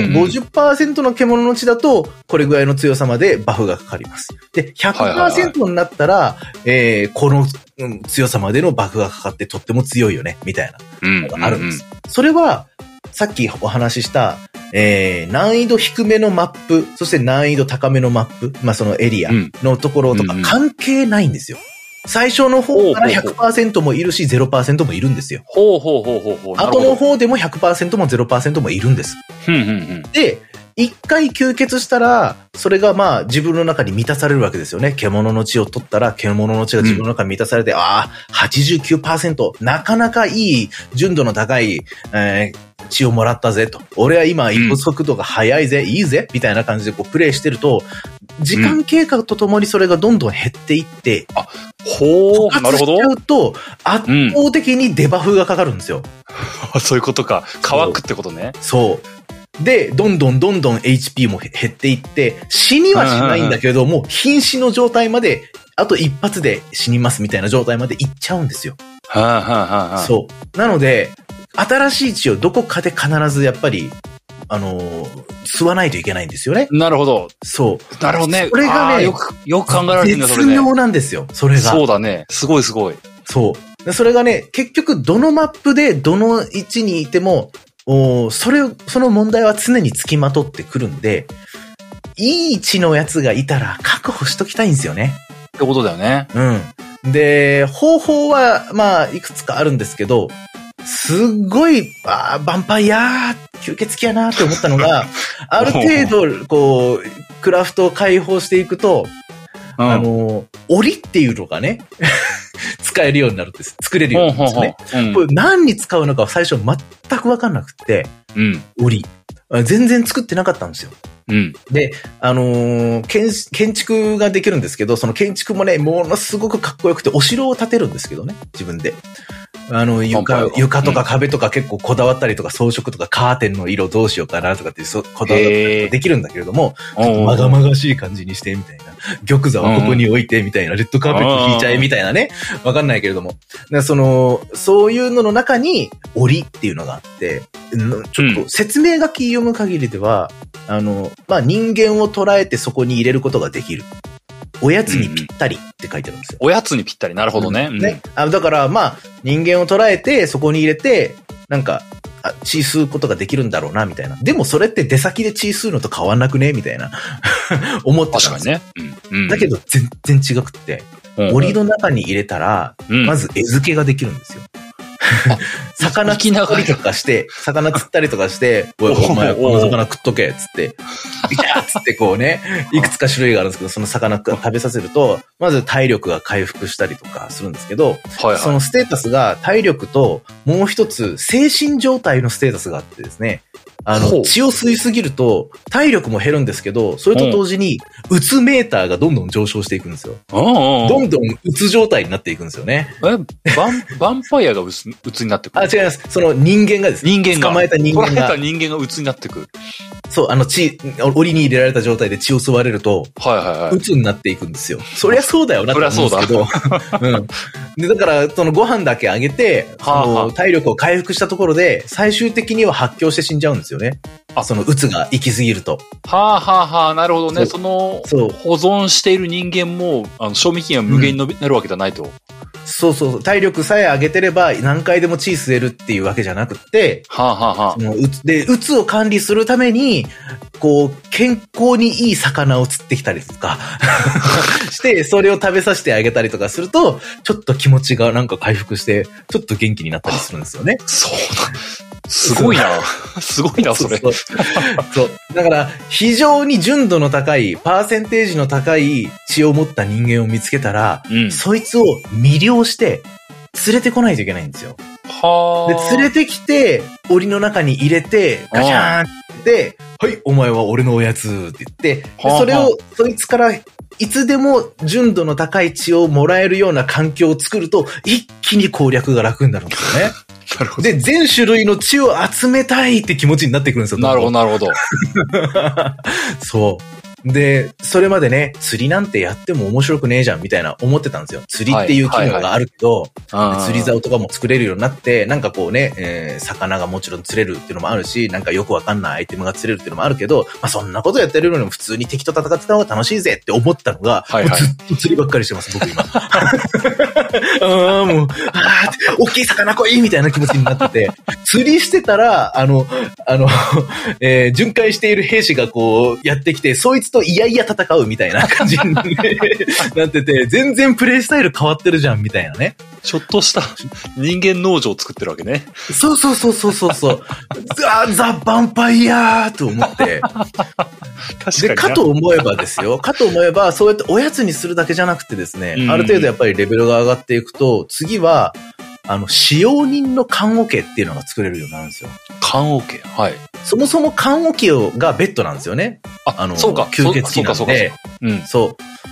50% の獣の血だと、これぐらいの強さまでバフがかかります。で、100% になったら、この強さまでのバフがかかってとっても強いよね、みたいなのがあるんです。それは、さっきお話しした、難易度低めのマップ、そして難易度高めのマップ、そのエリアのところとか関係ないんですよ。最初の方から 100% もいるし 0% もいるんですよ。後の方でも 100% も 0% もいるんです。で、一回吸血したら、それが自分の中に満たされるわけですよね。獣の血を取ったら、獣の血が自分の中に満たされて、89%、なかなかいい、純度の高い、血をもらったぜと。俺は今、移動速度が速いぜ、いいぜ、みたいな感じでこうプレイしてると、時間経過とともにそれがどんどん減っていって、 なるほど。 しちゃうと、圧倒的にデバフがかかるんですよ。 そういうことか。乾くってことね。 そう。で、どんどん HP も減っていって、死にはしないんだけど、もう瀕死の状態まで、あと一発で死にますみたいな状態までいっちゃうんですよ。そう。なので、新しい血をどこかで必ずやっぱり、吸わないといけないんですよね。 なるほど。 そう。 なるほどね。 それがね、 よく考えられてるんだ、それね。 絶妙なんですよ、それが。 そうだね。すごい。 そう。それがね、結局どのマップでどの位置にいても、その問題は常に付きまとってくるんで、いい位置のやつがいたら確保しときたいんですよね。 ってことだよね。 うん。で、方法は、いくつかあるんですけど、すっごい、ヴァンパイア吸血鬼やなって思ったのが、ある程度、こう、クラフトを解放していくと、檻っていうのがね、使えるようになるんです。作れるようになるんですね。これ何に使うのか最初全くわかんなくて、檻。全然作ってなかったんですよ。で、建築ができるんですけど、その建築もね、ものすごくかっこよくて、お城を建てるんですけどね、自分で。床とか壁とか結構こだわったりとか、装飾とかカーテンの色どうしようかなとかってこだわったりできるんだけれども、まがまがしい感じにしてみたいな。玉座をここに置いてみたいな、レッドカーペット引いちゃえみたいなね。わかんないけれども。そういうのの中に、檻っていうのがあって、ちょっと説明書き読む限りでは、人間を捉えてそこに入れることができる。おやつにぴったりって書いてあるんですよ。 おやつにぴったり。なるほどね。 ね。だから人間を捉えてそこに入れて、血吸うことができるんだろうな、みたいな。でもそれって出先で血吸うのと変わんなくねみたいな。思ってたんですよ。確かにね。だけど全然違くって、檻の中に入れたら、まず餌付けができるんですよ。魚釣ったりとかして、お前この魚食っとけ、つって、ビチャーつってこうね、いくつか種類があるんですけど、その魚食べさせると、まず体力が回復したりとかするんですけど、そのステータスが体力と、もう一つ、精神状態のステータスがあってですね、血を吸いすぎると、体力も減るんですけど、それと同時に、うつメーターがどんどん上昇していくんですよ。どんどんうつ状態になっていくんですよね。 ヴァンパイアがうつになってくる？ 違います。その人間がですね。 人間が。 捕まえた人間が。 捕らえた人間がうつになってくる。 そう、檻に入れられた状態で血を吸われると、鬱になっていくんですよ。そりゃそうだよなって思うんですけど。うん。で、だから、そのご飯だけあげて、体力を回復したところで、最終的には発狂して死んじゃうんですよね。その鬱が行き過ぎると。 なるほどね。保存している人間も、賞味期限は無限になるわけじゃないと。 そう。体力さえ上げてれば何回でも血吸えるっていうわけじゃなくって、で、鬱を管理するために、こう、健康にいい魚を釣ってきたりとかして、それを食べさせてあげたりとかすると、ちょっと気持ちがなんか回復して、ちょっと元気になったりするんですよね。 そうだ。すごいな。すごいな、それ。そう。 だから、非常に純度の高い、パーセンテージの高い血を持った人間を見つけたら、そいつを魅了して、連れてこないといけないんですよ。で、連れてきて、檻の中に入れて、ガチャーンって、はい、お前は俺のおやつって言って、それを、そいつから、いつでも純度の高い血をもらえるような環境を作ると、一気に攻略が楽になるんですよね。 なるほど。 で、全種類の血を集めたいって気持ちになってくるんですよ。 なるほど。 そう。で、それまでね、釣りなんてやっても面白くねえじゃんみたいな思ってたんですよ。釣りっていう機能があるけど、釣り竿とかも作れるようになって、なんかこうね、魚がもちろん釣れるっていうのもあるし、なんかよくわかんないアイテムが釣れるっていうのもあるけど、まあそんなことやってるのにも普通に敵と戦ってた方が楽しいぜって思ったのが、もうずっと釣りばっかりしてます、僕今。大きい魚来いみたいな気持ちになってて、釣りしてたら、巡回している兵士がこうやってきて、そいつといやいや戦うみたいな感じになってて、全然プレイスタイル変わってるじゃんみたいなね。 ちょっとした人間農場を作ってるわけね。 そう。ザ・ヴァンパイアーと思って。で、かと思えばですよ。そうやっておやつにするだけじゃなくてですね、ある程度やっぱりレベルが上がっていくと、次は、使用人の棺桶っていうのが作れるようになるんですよ。 棺桶はい。 そもそも棺桶がベッドなんですよね。 そうか。 吸血鬼なんで。そう。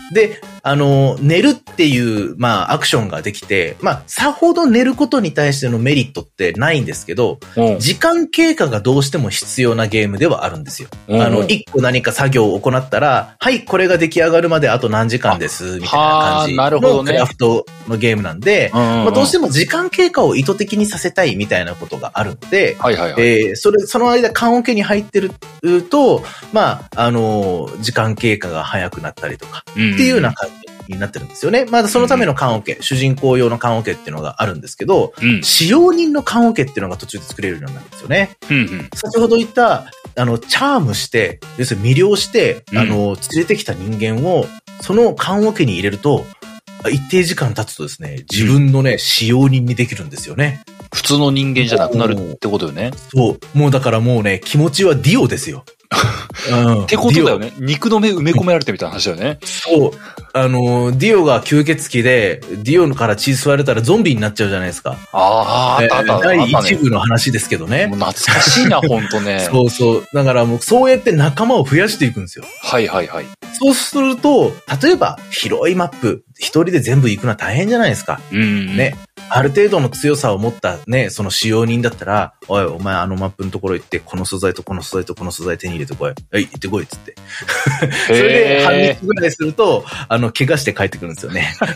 で、寝るっていう、まあ、アクションができて、まあ、さほど寝ることに対してのメリットってないんですけど、時間経過がどうしても必要なゲームではあるんですよ。一個何か作業を行ったら、はい、これが出来上がるまであと何時間です、みたいな感じのクラフトのゲームなんで、まあ、どうしても時間経過を意図的にさせたいみたいなことがあるので、その間、棺桶に入ってると、まあ、時間経過が早くなったりとか、っていうような感じになってるんですよね。まだそのための棺桶、主人公用の棺桶っていうのがあるんですけど、使用人の棺桶っていうのが途中で作れるようになるんですよね。先ほど言った、チャームして、要するに魅了して、連れてきた人間を、その棺桶に入れると、一定時間経つとですね、自分のね、使用人にできるんですよね。 普通の人間じゃなくなるってことよね。 そう。もうだからもうね、気持ちはディオですよ。 ってことだよね。肉の目埋め込められてみたいな話だよね。 そう。ディオが吸血鬼で、ディオから血吸われたらゾンビになっちゃうじゃないですか。第一部の話ですけどね。 もう懐かしいな、ほんとね。 そう。だからもうそうやって仲間を増やしていくんですよ。 はい。 そうすると、例えば広いマップ、一人で全部行くのは大変じゃないですか。ね。ある程度の強さを持ったね、その使用人だったら、おい、お前マップのところ行って、この素材とこの素材とこの素材手に入れてこい。はい、行ってこいっつって。それで半日ぐらいすると、怪我して帰ってくるんですよね。つって。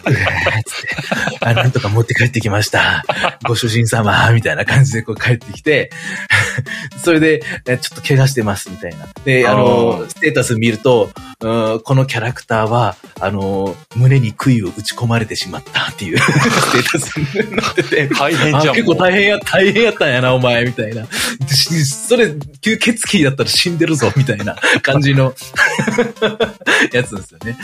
なんとか持って帰ってきました。ご主人様、みたいな感じでこう帰ってきて、それで、ちょっと怪我してます、みたいな。で、ステータス見ると、このキャラクターは、胸に杭を打ち込まれてしまったっていうステータスになってて。 大変じゃん。 結構大変やったんやな、お前、みたいな。それ、吸血鬼だったら死んでるぞ、みたいな感じのやつですよね。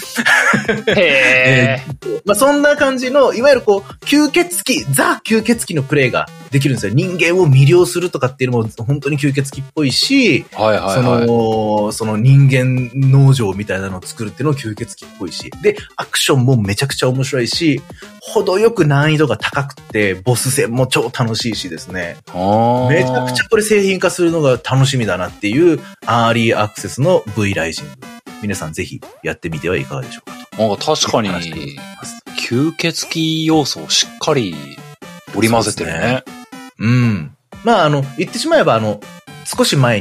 まあそんな感じの、いわゆるこう、吸血鬼のプレイができるんですよ。人間を魅了するとかっていうのも本当に吸血鬼っぽいし、その人間農場みたいなのを作るっていうのも吸血鬼っぽいし、で、アクションもめちゃくちゃ面白いし、程よく難易度が高くて、ボス戦も超楽しいしですね。めちゃくちゃこれ製品化するのが楽しみだなっていう、アーリーアクセスの V ライジング。皆さんぜひやってみてはいかがでしょうかと。 なんか確かに、吸血鬼要素をしっかり織り交ぜてるね。 まあ言ってしまえば少し前に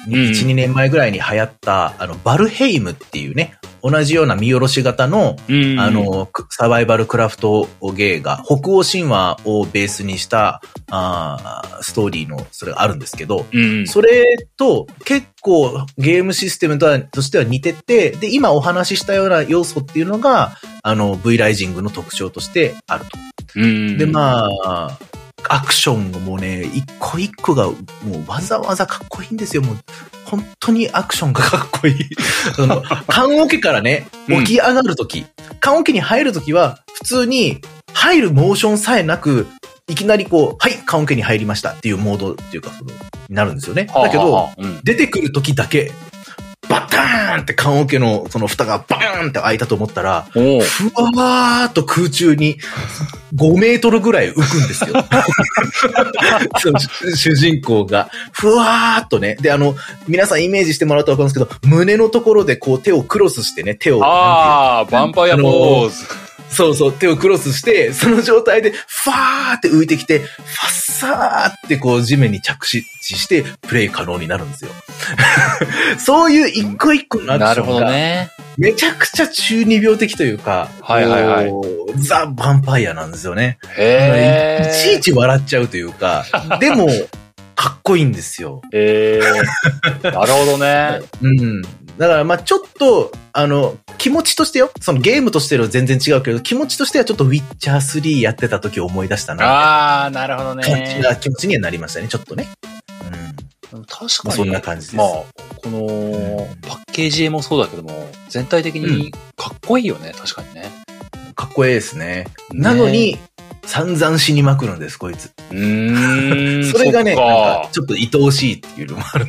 1、2年前ぐらいに流行った、バルヘイムっていうね、同じような見下ろし型の、サバイバルクラフトゲーが、北欧神話をベースにした、ストーリーの、それがあるんですけど、それと結構ゲームシステムとしては似てて、で、今お話ししたような要素っていうのが、V ライジングの特徴としてあると。で、まあ、アクションもね、一個一個がもうわざわざかっこいいんですよ。もう本当にアクションがかっこいい。棺桶からね、起き上がるとき、棺桶に入るときは普通に入るモーションさえなく、いきなりこう、はい、棺桶に入りましたっていうモードっていうか、になるんですよね。だけど、出てくるときだけ、バターンって棺桶のその蓋がバーンって開いたと思ったら、ふわーっと空中に5メートルぐらい浮くんですよ。その主人公が。ふわーっとね。で、皆さんイメージしてもらうとわかるんですけど、胸のところでこう手をクロスしてね、手を。 バンパイアポーズ。 そうそう、手をクロスして、その状態で、ファーって浮いてきて、ファッサーってこう地面に着地して、プレイ可能になるんですよ。そういう一個一個のアクションが、めちゃくちゃ中二病的というか、ザ・ヴァンパイアなんですよね。いちいち笑っちゃうというか、でも、かっこいいんですよ。 なるほどね。 だからまあちょっと、気持ちとしてよ、そのゲームとしては全然違うけど、気持ちとしてはちょっとウィッチャー3やってた時を思い出したな。 なるほどね。 気持ちにはなりましたね、ちょっとね。 確かに。 そんな感じです。 まあ、この、パッケージ絵もそうだけども、全体的にかっこいいよね、確かにね。 かっこいいですね。なのに、散々死にまくるんです、こいつ。それがね、なんか、ちょっと愛おしいっていうのもあるん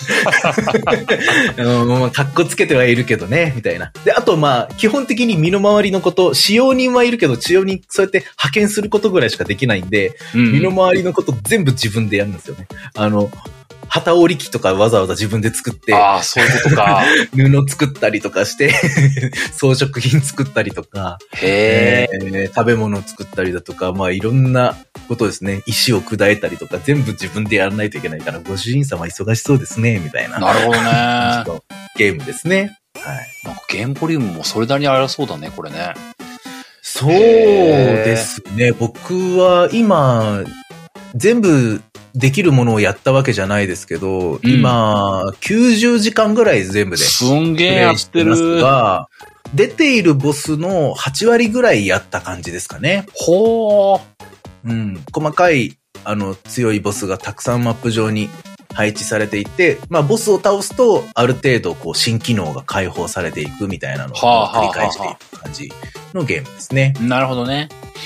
ですよ。かっこつけてはいるけどね、みたいな。で、あとまあ、基本的に身の回りのこと、使用人はいるけど、使用人そうやって派遣することぐらいしかできないんで、身の回りのこと全部自分でやるんですよね。旗織り機とかわざわざ自分で作って、 そういうことか。 布作ったりとかして、装飾品作ったりとか、食べ物作ったりだとか、まあいろんなことですね。石を砕いたりとか、全部自分でやらないといけないから、ご主人様忙しそうですね、みたいな。 なるほどね。 ゲームですね。はい。 なんかゲームボリュームもそれなりに荒そうだね、これね。 そうですね。僕は今、全部、できるものをやったわけじゃないですけど、今、90時間ぐらい全部で。 すんげえやってる。 が、出ているボスの8割ぐらいやった感じですかね。 ほー。細かい、強いボスがたくさんマップ上に配置されていて、まあ、ボスを倒すと、ある程度、こう、新機能が解放されていくみたいなのを繰り返していく感じのゲームですね。 なるほどね。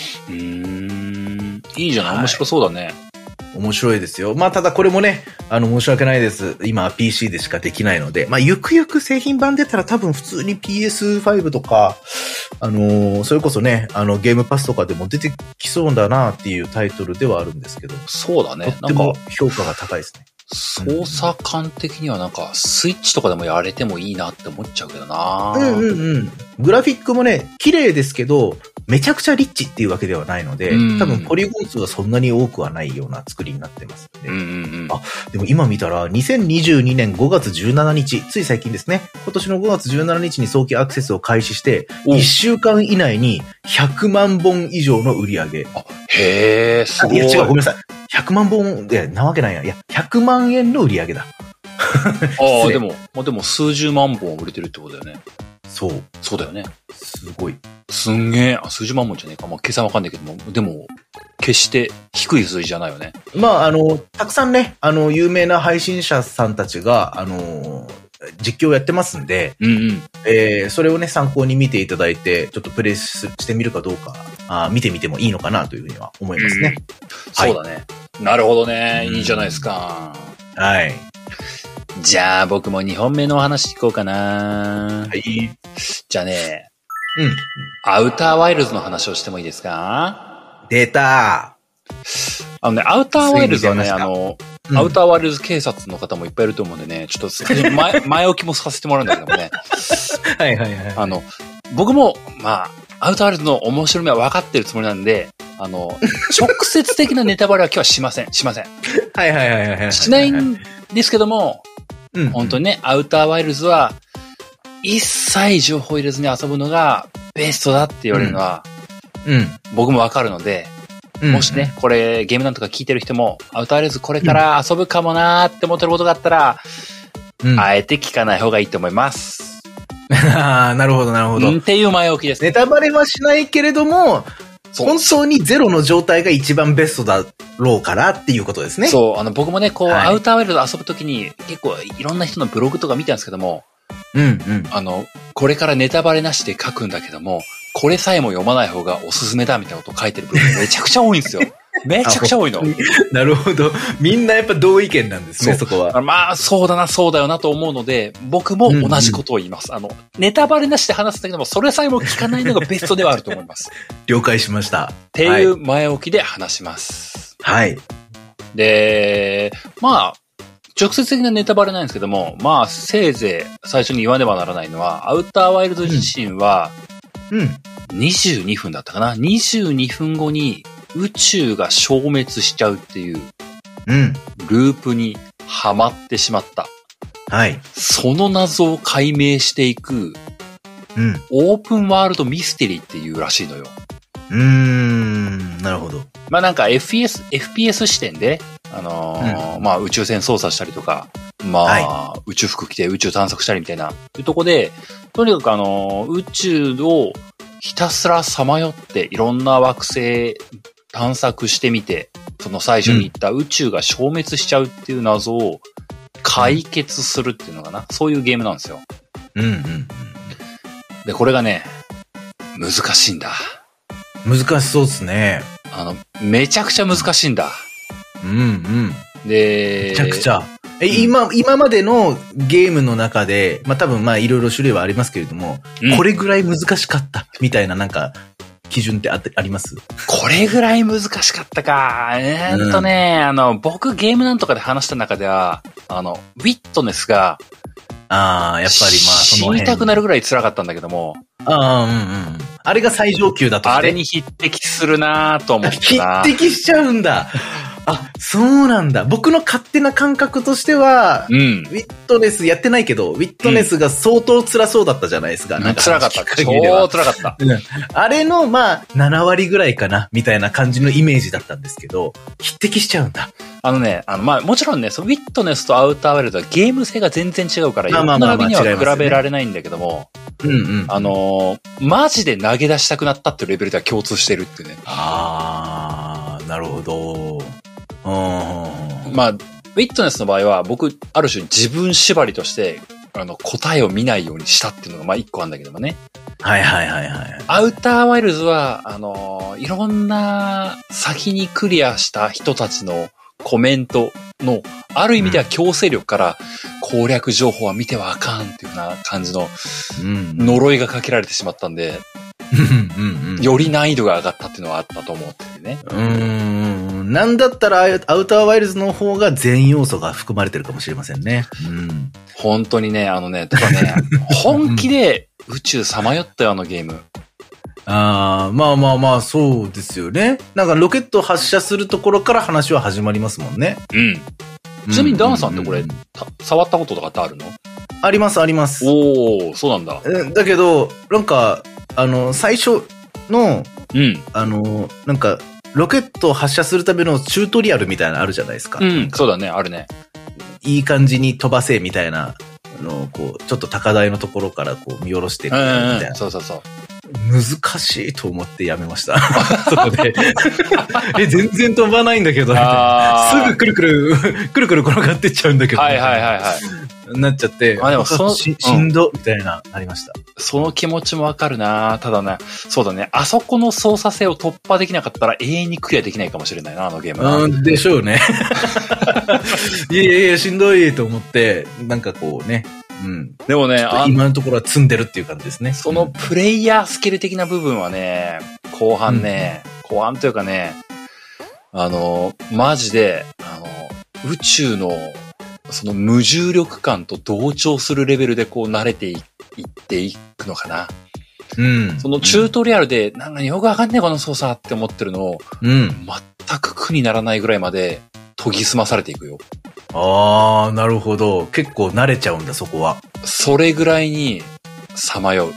いいじゃない、面白そうだね。 面白いですよ。まあ、ただこれもね、申し訳ないです。今 PC でしかできないので、まあ、ゆくゆく製品版出たら多分普通に PS5 とか、それこそね、ゲームパスとかでも出てきそうだなっていうタイトルではあるんですけど。 そうだね。 とっても評価が高いですね。 操作感的にはなんか、スイッチとかでもやれてもいいなって思っちゃうけどな。 グラフィックもね、綺麗ですけど、めちゃくちゃリッチっていうわけではないので、多分ポリゴン数はそんなに多くはないような作りになってますので。でも今見たら、2022年5月17日、つい最近ですね、今年の5月17日に早期アクセスを開始して、1週間以内に100万本以上の売り上げ。 へー、すごい。 いや違う、ごめんなさい。100万本で、なわけないや。いや、100万円の売り上げだ。 でも数十万本売れてるってことだよね。 そうだよね。 すごい。 すんげえ、数十万本じゃねえか。まあ、計算わかんないけども、でも、決して低い数字じゃないよね。 まあ、たくさんね、有名な配信者さんたちが、実況やってますんで、それをね、参考に見ていただいて、ちょっとプレイしてみるかどうか、見てみてもいいのかなというふうには思いますね。 そうだね。なるほどね。いいじゃないですか。 はい。 じゃあ、僕も2本目のお話聞こうかな。 はい。 じゃあね、アウターワイルズの話をしてもいいですか？ 出たアウターワイルズはね、アウターワイルズ警察の方もいっぱいいると思うんでね、ちょっと前置きもさせてもらうんだけどもね。僕も、まあ、アウターワイルズの面白みは分かってるつもりなんで、直接的なネタバレは今日はしません。しないんですけども、 本当にね、アウターワイルズは、一切情報入れずに遊ぶのがベストだって言われるのは、僕もわかるので、もしね、これゲームなんとか聞いてる人も、アウターワイルズこれから遊ぶかもなーって思ってることがあったら、あえて聞かない方がいいと思います。 なるほど、なるほど。 っていう前置きです。 ネタバレはしないけれども、本当にゼロの状態が一番ベストだろうからっていうことですね。 そう、僕もね、こう、アウターワイルド遊ぶときに、結構いろんな人のブログとか見たんですけども、これからネタバレなしで書くんだけども、これさえも読まない方がおすすめだみたいなことを書いてるブログめちゃくちゃ多いんですよ。めちゃくちゃ多いの。 なるほど。みんなやっぱ同意見なんですね、そこは。 まあ、そうだな、そうだよなと思うので、僕も同じことを言います。ネタバレなしで話すんだけども、それさえも聞かないのがベストではあると思います。 了解しました。 っていう前置きで話します。 はい。 で、まあ、直接的なネタバレなんですけども、まあ、せいぜい最初に言わねばならないのは、アウターワイルド自身は、22分だったかな ?22 分後に宇宙が消滅しちゃうっていう、ループにはまってしまった。 はい。 その謎を解明していく、オープンワールドミステリーっていうらしいのよ。 なるほど。 まあなんか FPS 視点で、まあ宇宙船操作したりとか、まあ、宇宙服着て宇宙探索したりみたいな、いうとこで、とにかく宇宙をひたすらさまよっていろんな惑星探索してみて、その最初に言った宇宙が消滅しちゃうっていう謎を解決するっていうのかな。そういうゲームなんですよ。で、これがね、難しいんだ。 難しそうですね。 めちゃくちゃ難しいんだ。で、 めちゃくちゃ。今までのゲームの中で、まあ、多分まあいろいろ種類はありますけれども、これぐらい難しかったみたいななんか基準ってあります？ これぐらい難しかったか。僕ゲームなんとかで話した中では、ウィットネスが、 やっぱりまあ死にたくなるぐらい辛かったんだけども、 あれが最上級だとして。 あれに匹敵するなぁと思ったな。 匹敵しちゃうんだ。そうなんだ。僕の勝手な感覚としては、ウィットネスやってないけど、ウィットネスが相当辛そうだったじゃないですか。 なんか辛かった。超辛かった。 あれの、まあ、7割ぐらいかな、みたいな感じのイメージだったんですけど、匹敵しちゃうんだ。 まあ、もちろんね、ウィットネスとアウターワイルドはゲーム性が全然違うから、横並びには比べられないんだけども、マジで投げ出したくなったっていうレベルでは共通してるっていうね。 なるほど。 まあ、ウィットネスの場合は僕、ある種自分縛りとして、答えを見ないようにしたっていうのがまあ一個あるんだけどもね。アウターワイルズは、いろんな先にクリアした人たちのコメントの、ある意味では強制力から攻略情報は見てはあかんっていうような感じの呪いがかけられてしまったんで、より難易度が上がったっていうのはあったと思っててね。 なんだったらアウターワイルズの方が全要素が含まれてるかもしれませんね。 本当にね、ただね、本気で宇宙さまよったよ、あのゲーム。 まあ、そうですよね。なんかロケット発射するところから話は始まりますもんね。 ちなみにダンさんってこれ、触ったこととかってあるの？ あります、あります。 おー、そうなんだ。 だけど、なんか、最初の、なんか、ロケットを発射するためのチュートリアルみたいなのあるじゃないですか。 そうだね、あるね。 いい感じに飛ばせみたいな、こう、ちょっと高台のところからこう見下ろしてみたいな。 そう。 難しいと思ってやめました。そこで。全然飛ばないんだけど、すぐくるくる転がってっちゃうんだけど。なっちゃって、でもしんど、みたいな、なりました。 その気持ちもわかるな。ただね、そうだね、あそこの操作性を突破できなかったら永遠にクリアできないかもしれないな、あのゲーム。 でしょうね。いや、しんどいと思って、なんかこうね、 でもね、 今のところは積んでるっていう感じですね。 そのプレイヤースキル的な部分はね、後半というかね、マジで、宇宙の、その無重力感と同調するレベルでこう慣れていっていくのかな。そのチュートリアルで、なんかよくわかんねえこの操作って思ってるのを、全く苦にならないぐらいまで研ぎ澄まされていくよ。 ああ、なるほど。結構慣れちゃうんだ、そこは。 それぐらいに、さまよう。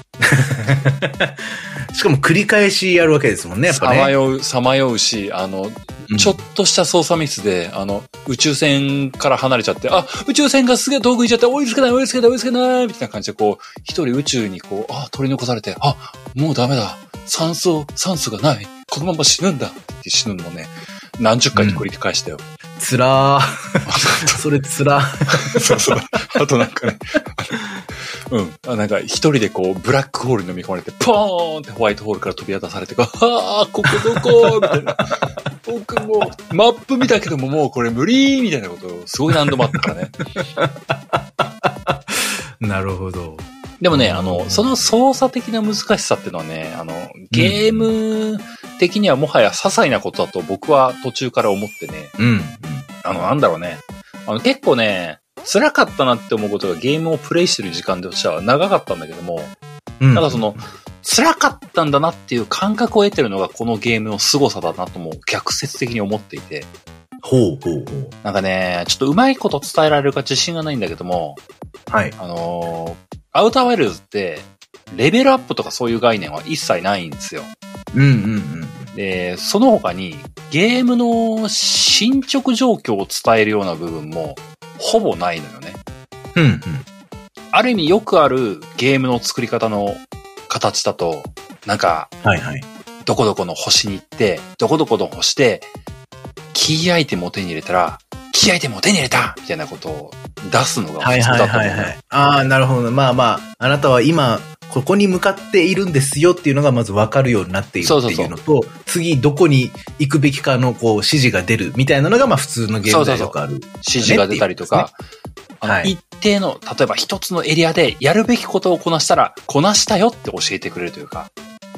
しかも繰り返しやるわけですもんね、やっぱね。 さまようし、ちょっとした操作ミスで、宇宙船から離れちゃって、宇宙船がすげえ遠く行っちゃって、追いつけない、みたいな感じで、一人宇宙に取り残されて、もうダメだ。酸素がない。このまま死ぬんだ。って死ぬのもね、何十回と繰り返したよ。 つらー。それつらー。 そう。あとなんかね、なんか一人でブラックホールに飲み込まれて、ポーンってホワイトホールから飛び出されて、ここどこみたいな。僕もう、マップ見たけどももうこれ無理みたいなことをすごい何度もあったからね。 なるほど。 でもね、その操作的な難しさっていうのはね、ゲーム的にはもはや些細なことだと僕は途中から思ってね。なんだろうね。結構ね、辛かったなって思うことがゲームをプレイしてる時間としては長かったんだけども、ただ辛かったんだなっていう感覚を得てるのがこのゲームの凄さだなとも逆説的に思っていて。 ほう。 なんかね、ちょっとうまいこと伝えられるか自信がないんだけども、 はい。 アウターワイルズって、レベルアップとかそういう概念は一切ないんですよ。で、その他に、ゲームの進捗状況を伝えるような部分も、ほぼないのよね。ある意味よくあるゲームの作り方の形だと、なんか、どこどこの星に行って、どこどこの星で、キーアイテムを手に入れたら、キーアイテムを手に入れたみたいなことを出すのが普通だと思う。 ああ、なるほど。まあ、あなたは今、ここに向かっているんですよっていうのがまず分かるようになっているっていうのと、次どこに行くべきかの指示が出るみたいなのが普通のゲームでよくある。 指示が出たりとか、一定の、例えば一つのエリアでやるべきことをこなしたら、こなしたよって教えてくれるというか。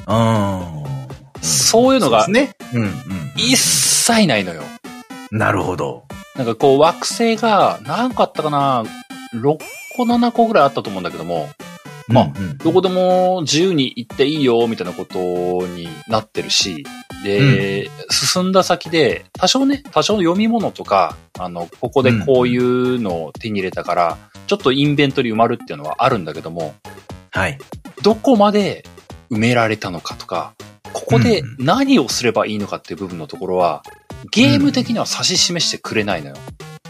そういうのが、一切ないのよ。 なるほど。 なんか惑星が何個あったかな ?6 個7個ぐらいあったと思うんだけども、どこでも自由に行っていいよみたいなことになってるし、で、進んだ先で多少の読み物とか、ここでこういうのを手に入れたから、ちょっとインベントリー埋まるっていうのはあるんだけども、どこまで埋められたのかとか、ここで何をすればいいのかっていう部分のところは、ゲーム的には指し示してくれないのよ。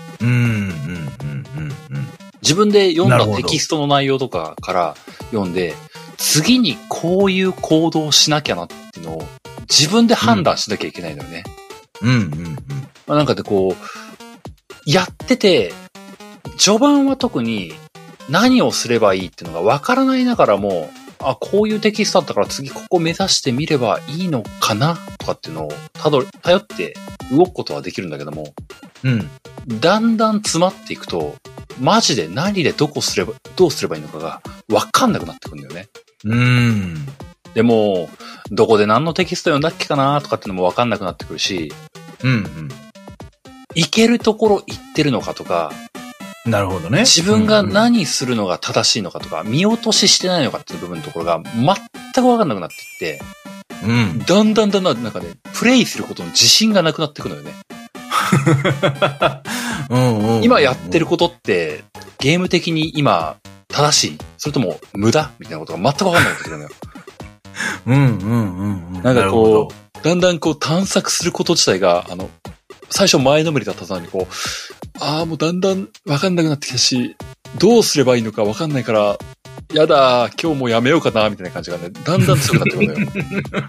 自分で読んだテキストの内容とかから読んで、次にこういう行動をしなきゃなっていうのを自分で判断しなきゃいけないのよね。なんかでやってて、序盤は特に何をすればいいっていうのがわからないながらも、こういうテキストだったから次ここ目指してみればいいのかなとかっていうのを頼って動くことはできるんだけども、だんだん詰まっていくと、マジで何でどうすればいいのかがわかんなくなってくるんだよね。でも、どこで何のテキスト読んだっけかなとかっていうのもわかんなくなってくるし、行けるところ行ってるのかとか、 なるほどね。 自分が何するのが正しいのかとか、見落とししてないのかっていう部分のところが全くわかんなくなっていって、だんだんなんかね、プレイすることの自信がなくなってくるのよね。今やってることって、ゲーム的に今、正しい？それとも無駄みたいなことが全くわかんなくなってくるのよ。なんかだんだん探索すること自体が、最初前のめりだったのにもうだんだんわかんなくなってきたし、どうすればいいのかわかんないから、やだ、今日もやめようかな、みたいな感じがね、だんだん強くなってくるのよ。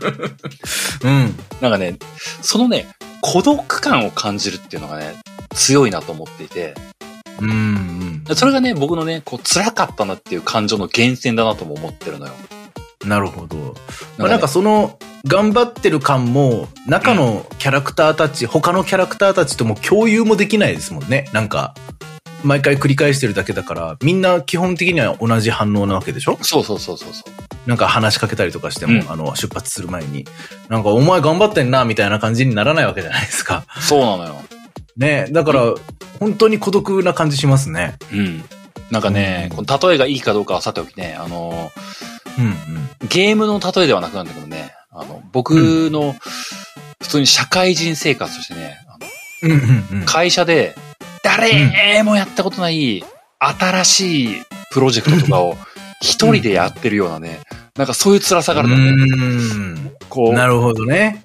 なんかね、そのね、孤独感を感じるっていうのがね、強いなと思っていて、それがね、僕のね、辛かったなっていう感情の源泉だなとも思ってるのよ。 なるほど。なんかその、頑張ってる感も、中のキャラクターたち、他のキャラクターたちとも共有もできないですもんね。なんか、毎回繰り返してるだけだから、みんな基本的には同じ反応なわけでしょ？ そう。 なんか話しかけたりとかしても、出発する前に、なんかお前頑張ってんな、みたいな感じにならないわけじゃないですか。 そうなのよ。 ね、だから、本当に孤独な感じしますね。 なんかね、この例えがいいかどうかはさておきね、ゲームの例えではなくなるんだけどね、僕の普通に社会人生活としてね、会社で、だ誰もやったことない新しいプロジェクトとかを一人でやってるようなね、なんかそういう辛さがあるんだよね。こう。 なるほどね。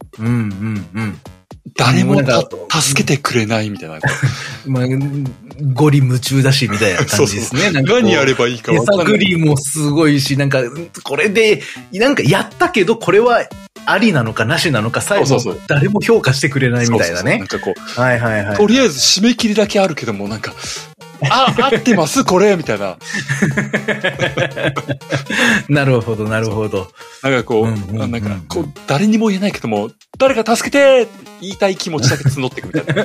誰も助けてくれないみたいな。 まあ、ゴリ夢中だし、みたいな感じですね。 なんか何やればいいか分かんない。 手探りもすごいし、なんか、これで、なんかやったけど、これはありなのかなしなのか、最後、誰も評価してくれないみたいなね。 なんかこう、とりあえず締め切りだけあるけども、なんか、合ってますこれみたいな。 なるほど、なるほど。 なんかこう、なんかこう、誰にも言えないけども、誰か助けてって言いたい気持ちだけ募っていくみたいな。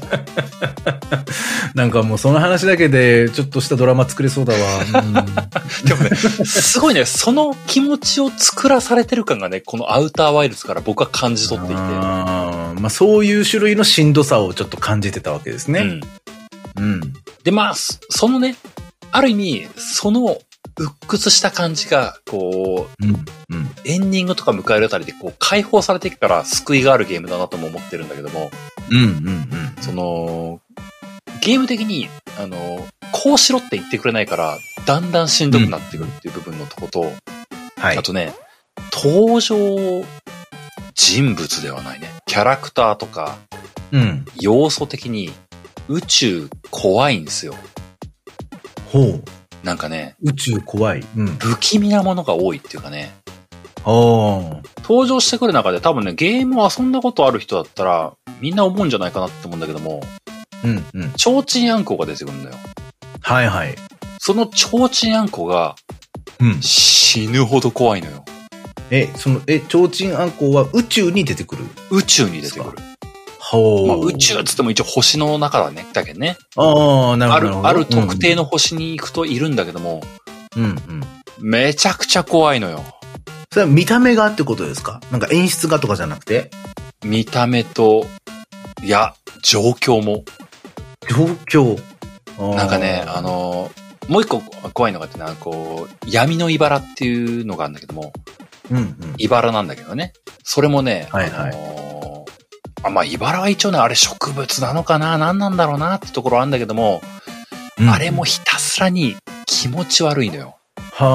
なんかもうその話だけで、ちょっとしたドラマ作れそうだわ。 でもね、すごいね、その気持ちを作らされてる感がね、このアウターワイルズから僕は感じ取っていて。 まあそういう種類のしんどさをちょっと感じてたわけですね。 で、まあ、そのね、ある意味、その、鬱屈した感じが、こう、エンディングとか迎えるあたりで、こう、解放されていくから救いがあるゲームだなとも思ってるんだけども、その、ゲーム的に、こうしろって言ってくれないから、だんだんしんどくなってくるっていう部分のとこと、あとね、登場人物ではないね、キャラクターとか、要素的に、宇宙怖いんですよ。 ほう。 なんかね。 宇宙怖い。 不気味なものが多いっていうかね。登場してくる中で多分ね、ゲームを遊んだことある人だったら、みんな思うんじゃないかなって思うんだけども、ちょうちんあんこが出てくるんだよ。 はいはい。 そのちょうちんあんこが、死ぬほど怖いのよ。 ちょうちんあんこは宇宙に出てくる？ 宇宙に出てくる。まあ、宇宙っつっても一応星の中だね。だけどね。 なるほど。 ある特定の星に行くといるんだけども。めちゃくちゃ怖いのよ。 それは見た目がってことですか？なんか演出がとかじゃなくて？ 見た目と、いや、状況も。 状況？ なんかね、もう一個怖いのがってこう、闇の茨っていうのがあるんだけども。茨なんだけどね。それもね、まあ、茨は一応ね、あれ植物なのかな何なんだろうなってところあるんだけども、あれもひたすらに気持ち悪いのよ。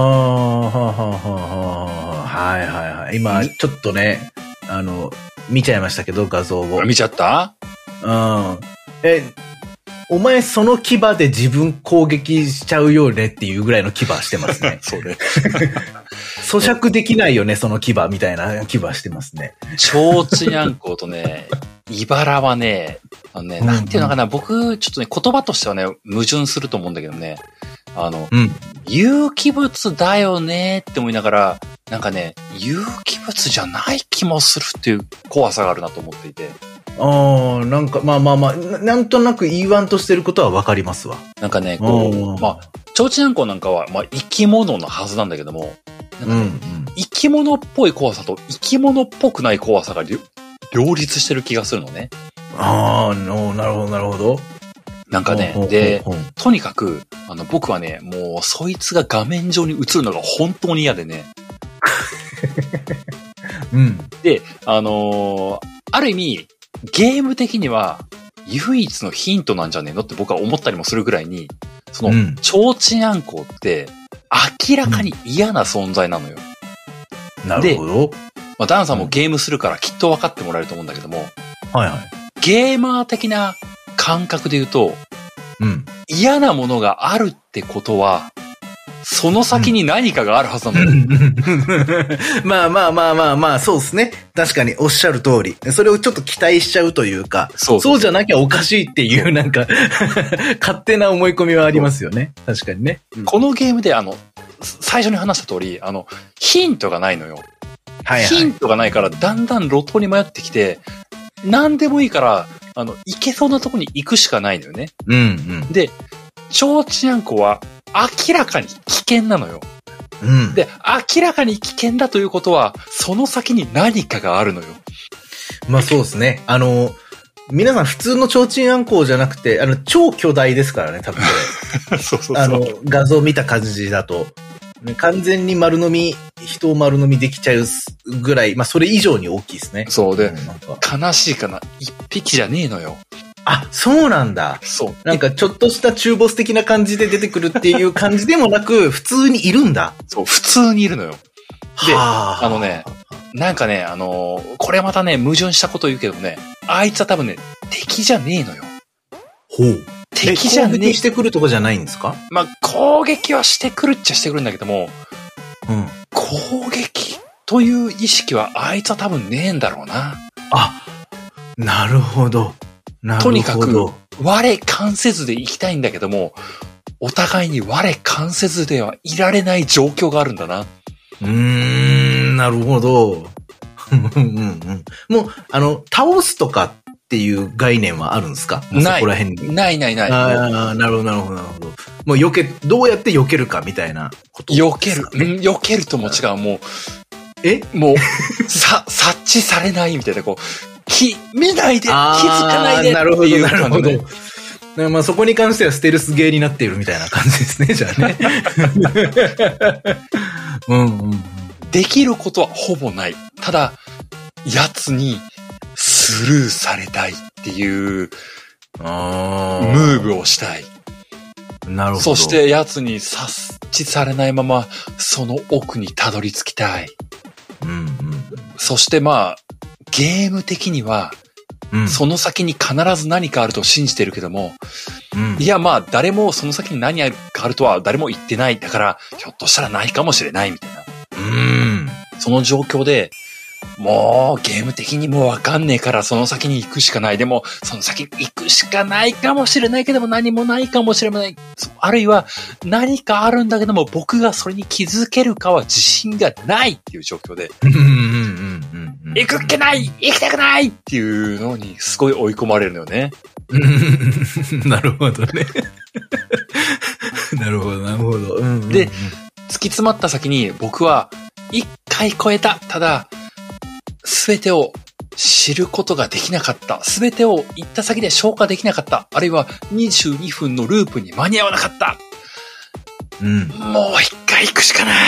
はい。今、ちょっとね、見ちゃいましたけど、画像を。 見ちゃった？ お前その牙で自分攻撃しちゃうよねっていうぐらいの牙してますね。 そうね。 咀嚼できないよね、その牙みたいな牙してますね。 ちょうちんあんことね、茨はね、なんていうのかな、僕、ちょっとね、言葉としてはね、矛盾すると思うんだけどね、有機物だよねって思いながら、なんかね、有機物じゃない気もするっていう怖さがあるなと思っていて。 なんか、まあ、なんとなく言わんとしてることはわかりますわ。 なんかね、こう、まあ、ちょうちんあんこなんかは、まあ、生き物のはずなんだけども、なんかね、生き物っぽい怖さと生き物っぽくない怖さが両立してる気がするのね。 なるほど。 なんかね、で、とにかく、僕はね、もう、そいつが画面上に映るのが本当に嫌でね。で、ある意味、ゲーム的には、唯一のヒントなんじゃねえのって僕は思ったりもするぐらいに、その、ちょうちんあんこって、明らかに嫌な存在なのよ。 なるほど。 まあ、ダンさんもゲームするからきっと分かってもらえると思うんだけども、ゲーマー的な感覚で言うと、嫌なものがあるってことは、その先に何かがあるはずなのよ。 まあ、そうですね。確かにおっしゃる通り。それをちょっと期待しちゃうというか、そうじゃなきゃおかしいっていうなんか、勝手な思い込みはありますよね。確かにね。 このゲームで最初に話した通り、ヒントがないのよ。ヒントがないから、だんだん路頭に迷ってきて、何でもいいから、行けそうなとこに行くしかないのよね。で、ちょうちんあんこは、明らかに危険なのよ。で、明らかに危険だということは、その先に何かがあるのよ。 まあそうですね。皆さん普通のちょうちんあんこじゃなくて、超巨大ですからね、多分これ。 そう。 画像見た感じだと。完全に人を丸飲みできちゃうぐらい、まあそれ以上に大きいですね。 そうで、悲しいかな。一匹じゃねえのよ。 あ、そうなんだ。 そう。 なんかちょっとした中ボス的な感じで出てくるっていう感じでもなく、普通にいるんだ。 そう、普通にいるのよ。で、なんかね、これまたね、矛盾したこと言うけどね、あいつは多分ね、敵じゃねえのよ。 ほう。 敵じゃねえ。 攻撃してくるとかじゃないんですか？ まあ、攻撃はしてくるっちゃしてくるんだけども、 うん。 攻撃という意識はあいつは多分ねえんだろうな。 あ、なるほど。 とにかく、我関せずで行きたいんだけども、お互いに我関せずではいられない状況があるんだな。 なるほど。もう、倒すとかっていう概念はあるんですか？ ない。 そこら辺に。 ない。 ああ、なるほど。もうどうやって避けるかみたいなこと、ね。 避けるとも違う。もう、もう、察知されないみたいな、こう、見ないで、気づかないでっていう感じ、ね。なるほど。 まあそこに関してはステルスゲーになっているみたいな感じですね、じゃあね。 できることはほぼない。ただ、奴にスルーされたいっていう、ムーブをしたい。 なるほど。 そして奴に察知されないまま、その奥にたどり着きたい。そしてまあ、ゲーム的には、その先に必ず何かあると信じてるけども、いやまあ誰もその先に何かあるとは誰も言ってない。だから、ひょっとしたらないかもしれないみたいな。その状況で、もうゲーム的にもうわかんねえからその先に行くしかない。でも、その先に行くしかないかもしれないけども何もないかもしれない。あるいは何かあるんだけども僕がそれに気づけるかは自信がないっていう状況で。行くっけない行きたくないっていうのにすごい追い込まれるのよね。 なるほどね。なるほど。 で、突き詰まった先に僕は一回超えた。ただ、すべてを知ることができなかった。すべてを行った先で消化できなかった。あるいは22分のループに間に合わなかった。もう一回行くしかない。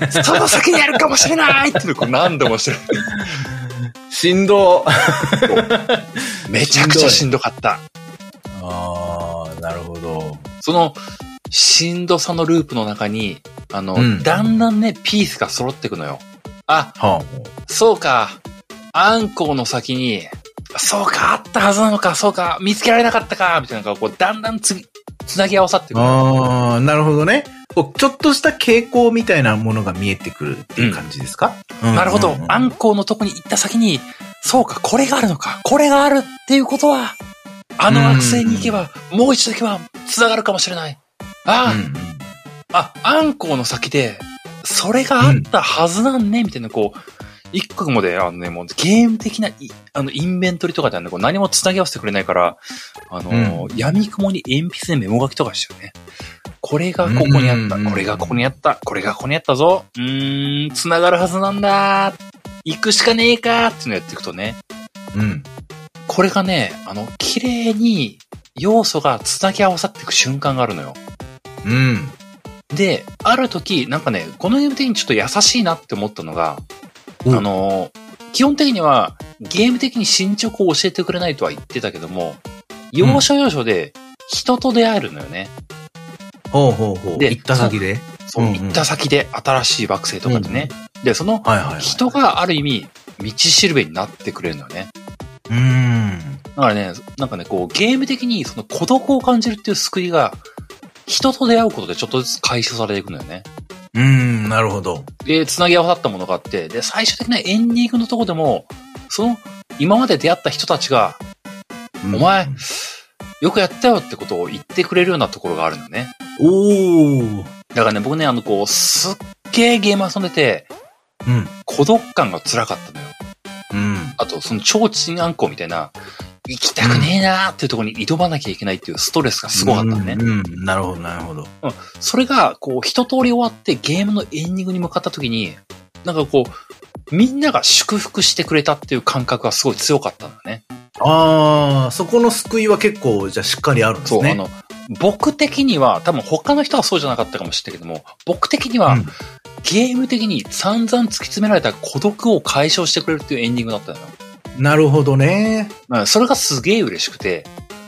その先にあるかもしれないっていうのを何度もしてる。 しんど。 めちゃくちゃしんどかった。 なるほど。 その、しんどさのループの中に、だんだんね、ピースが揃っていくのよ。そうか。アンコウの先に、そうか、あったはずなのか、そうか、見つけられなかったか、みたいなのが、こう、だんだんつなぎ合わさってくる。 なるほどね。ちょっとした傾向みたいなものが見えてくるっていう感じですか？ なるほど。アンコウのとこに行った先に、そうか、これがあるのか。これがあるっていうことは、あの惑星に行けば、もう一度行けば、繋がるかもしれない。アンコウの先で、それがあったはずなんね、みたいな、こう、一個もで、もうゲーム的な、インベントリとかでこう何も繋ぎ合わせてくれないから、闇雲に鉛筆でメモ書きとかしてるね。これがここにあった。これがここにあった。これがここにあったぞ。繋がるはずなんだ。行くしかねえかっていうのやっていくとね。これがね、綺麗に要素が繋ぎ合わさっていく瞬間があるのよ。で、ある時、なんかね、このゲーム的にちょっと優しいなって思ったのが、基本的にはゲーム的に進捗を教えてくれないとは言ってたけども、要所要所で人と出会えるのよね。 で、行った先で行った先で新しい惑星とかでね。で、その人がある意味、道しるべになってくれるのよね。だからね、なんかね、こう、ゲーム的にその孤独を感じるっていう救いが、人と出会うことでちょっとずつ解消されていくのよね。 なるほど。 で、繋ぎ合わさったものがあって、で、最終的なエンディングのとこでも、その、今まで出会った人たちが、お前、よくやったよってことを言ってくれるようなところがあるのね。だからね、僕ね、こう、すっげーゲーム遊んでて、孤独感が辛かったのよ。あと、その超珍アンコウみたいな、行きたくねえなーっていうところに挑まなきゃいけないっていうストレスがすごかったのね。 なるほど、なるほど。 それが、こう、一通り終わってゲームのエンディングに向かった時に、なんかこう、みんなが祝福してくれたっていう感覚がすごい強かったんだね。 そこの救いは結構、じゃあしっかりあるんですね。 僕的には、多分他の人はそうじゃなかったかもしれないけども、僕的には、ゲーム的に散々突き詰められた孤独を解消してくれるっていうエンディングだったのよ。 なるほどね。 それがすげえ嬉しくて。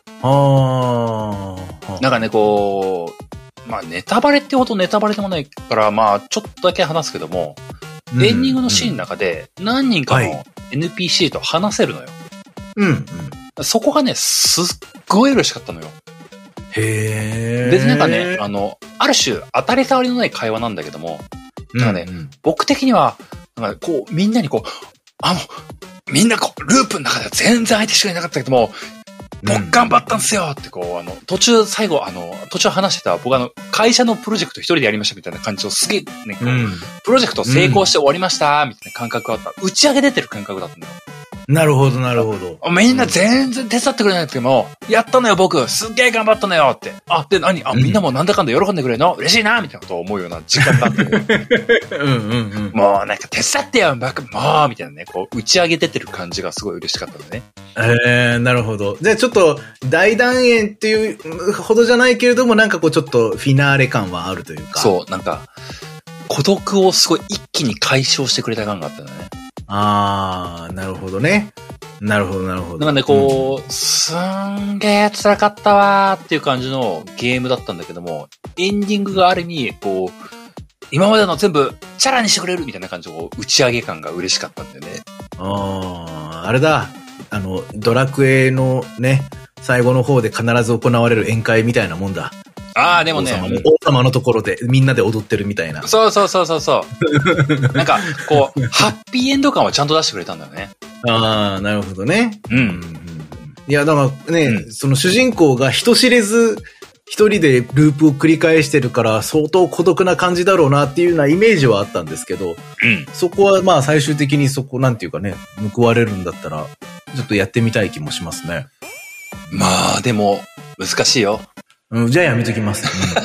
なんかね、こう、まあネタバレってほどネタバレでもないから、まあちょっとだけ話すけども、エンディングのシーンの中で何人かの NPC と話せるのよ。そこがね、すっごい嬉しかったのよ。で、なんかね、ある種当たり障りのない会話なんだけども、なんかね、僕的には、なんかこう、みんなにこう、みんなこう、ループの中では全然相手してくれなかったけども、僕頑張ったんすよってこう、途中話してた、僕会社のプロジェクト一人でやりましたみたいな感じをすげえ、ね、こう、プロジェクト成功して終わりましたみたいな感覚があった。打ち上げ出てる感覚だったんだよ。 なるほど、なるほど。 みんな全然手伝ってくれないけども、やったのよ僕すっげえ頑張ったのよって。で、みんなもなんだかんだ喜んでくれるの嬉しいなみたいなことを思うような時間があって。もうなんか手伝ってよ僕もうみたいなね、こう打ち上げ出てる感じがすごい嬉しかったのね。 なるほど。じゃあちょっと大団円っていうほどじゃないけれども、なんかこうちょっとフィナーレ感はあるというか。 そう、なんか、孤独をすごい一気に解消してくれた感があったよね。 なるほどね。なるほど、なるほど。 なんかね、こう、すんげー辛かったわーっていう感じのゲームだったんだけども、エンディングがあるに、こう、今までの全部、チャラにしてくれるみたいな感じの打ち上げ感が嬉しかったんだよね。 あれだ。ドラクエのね、最後の方で必ず行われる宴会みたいなもんだ。 でもね。 王様のところでみんなで踊ってるみたいな。 そう。なんか、こう、ハッピーエンド感はちゃんと出してくれたんだよね。 なるほどね。いや、だからね、その主人公が人知れず一人でループを繰り返してるから相当孤独な感じだろうなっていうようなイメージはあったんですけど、そこはまあ最終的にそこなんていうかね、報われるんだったら、ちょっとやってみたい気もしますね。 まあ、でも、難しいよ。 じゃあやめときます。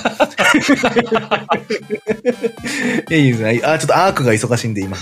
いいですね。ちょっとアークが忙しいんで今。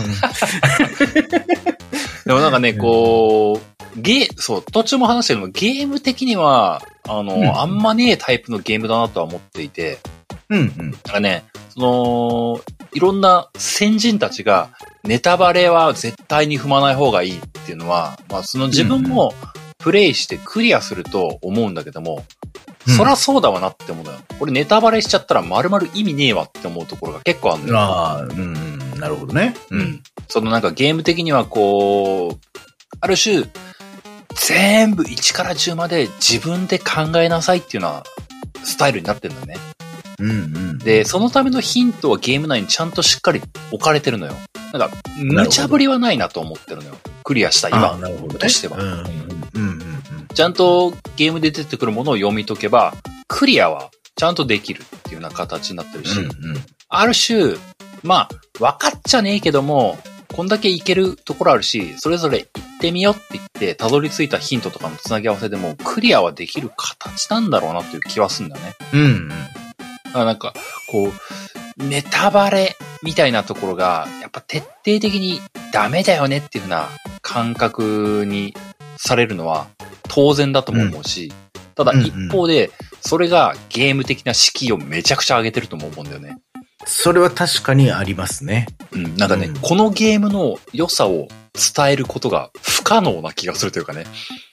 でもなんかね、こう、そう、途中も話したけども、ゲーム的には、あんまねえタイプのゲームだなとは思っていて、なんかね、いろんな先人たちが、ネタバレは絶対に踏まない方がいいっていうのは、まあ、自分もプレイしてクリアすると思うんだけども、そらそうだわなって思うのよ。これネタバレしちゃったら丸々意味ねえわって思うところが結構あるんだよ。 なるほどね。 なんかゲーム的にはこう、ある種、全部1から10まで自分で考えなさいっていうようなスタイルになってるんだよね。で、そのためのヒントはゲーム内にちゃんとしっかり置かれてるのよ。なんか、無茶ぶりはないなと思ってるのよ。クリアした今としては。ちゃんとゲームで出てくるものを読み解けば、クリアはちゃんとできるっていうような形になってるし、ある種、まあ、分かっちゃねえけども、こんだけいけるところあるし、それぞれ行ってみようって言って、たどり着いたヒントとかのつなぎ合わせでも、クリアはできる形なんだろうなっていう気はするんだよね。だからなんか、こう、ネタバレみたいなところが、やっぱ徹底的にダメだよねっていうふうな感覚にされるのは当然だとも思うし、ただ一方で、それがゲーム的な敷居をめちゃくちゃ上げてるとも思うんだよね。 それは確かにありますね。 なんかね、このゲームの良さを伝えることが不可能な気がするというかね。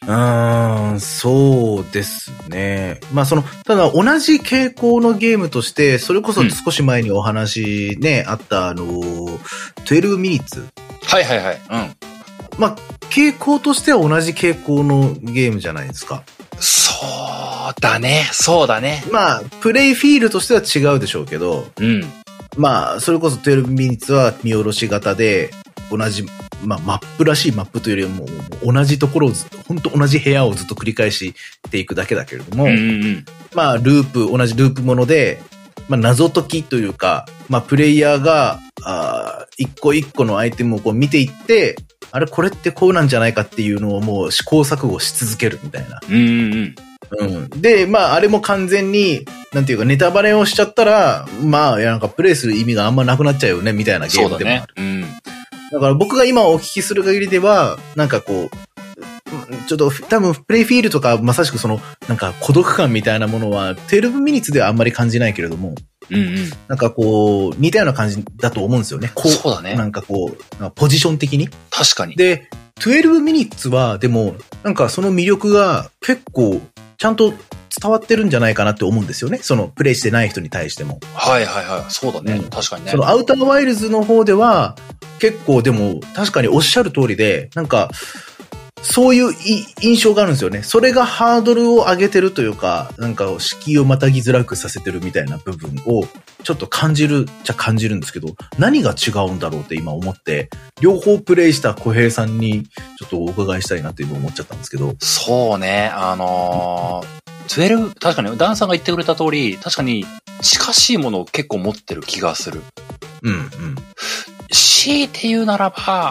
そうですね。まあただ同じ傾向のゲームとして、それこそ少し前にお話ね、あった12ミニッツ。 はい。 まあ、傾向としては同じ傾向のゲームじゃないですか。 そうだね。 まあ、プレイフィールとしては違うでしょうけど、まあ、それこそ12ミニッツは見下ろし型で、同じ、まあ、マップらしいマップというよりも、同じところを本当同じ部屋をずっと繰り返していくだけだけれども、まあ、同じループもので、まあ、謎解きというか、まあ、プレイヤーが、一個一個のアイテムをこう見ていって、あれこれってこうなんじゃないかっていうのをもう試行錯誤し続けるみたいな。で、まあ、あれも完全に、なんていうか、ネタバレをしちゃったら、まあ、なんかプレイする意味があんまなくなっちゃうよね、みたいなゲームでもある。だから僕が今お聞きする限りでは、なんかこう、ちょっと多分プレイフィールとかまさしくなんか孤独感みたいなものは12ミニッツではあんまり感じないけれども、なんかこう似たような感じだと思うんですよね。 そうだね。 なんかこうポジション的に。 確かに。 で、 12ミニッツは、でも、なんかその魅力が結構、ちゃんと伝わってるんじゃないかなって思うんですよね。その、プレイしてない人に対しても。 はいはいはい。そうだね。確かにね。 その、アウターワイルズの方では、結構でも、確かにおっしゃる通りで、なんか、そういう印象があるんですよね。それがハードルを上げてるというか、なんか敷居をまたぎづらくさせてるみたいな部分をちょっと感じるっちゃ感じるんですけど、何が違うんだろうって今思って、両方プレイした小平さんにちょっとお伺いしたいなっていうのを思っちゃったんですけど。 そうね、12、確かにダンさんが言ってくれた通り、確かに近しいものを結構持ってる気がする。 うんうん。 強いて言うならば、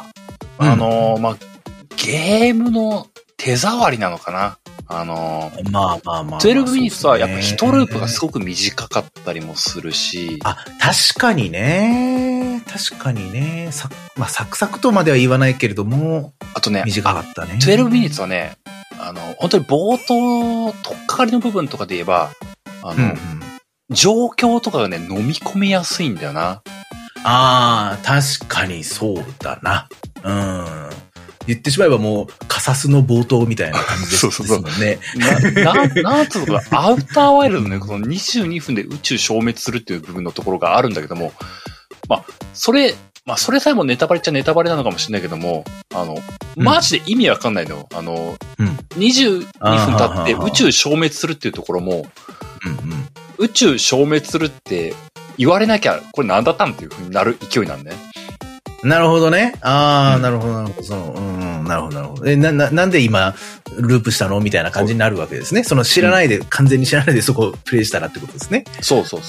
ゲームの手触りなのかな。12ミニッツはやっぱ1ループがすごく短かったりもするし。 あ、確かにね。サクサクとまでは言わないけれども。 あとね、 短かったね。 12ミニッツはね、本当に冒頭、とっかかりの部分とかで言えば、状況とかがね、飲み込みやすいんだよな。 ああ、確かにそうだな。言ってしまえばもう、カサスの冒頭みたいな感じですもんね。 なんつうのか、アウターワイルドのね、この22分で宇宙消滅するっていう部分のところがあるんだけども、それさえもネタバレっちゃネタバレなのかもしれないけども、マジで意味わかんないの。22分経って宇宙消滅するっていうところも、宇宙消滅するって言われなきゃ、これ何だったんっていう風になる勢いなんだね。 なるほどね。なるほど、なるほど。なるほど。なんで今、ループしたのみたいな感じになるわけですね。その完全に知らないでそこをプレイしたらってことですね。 そう。だ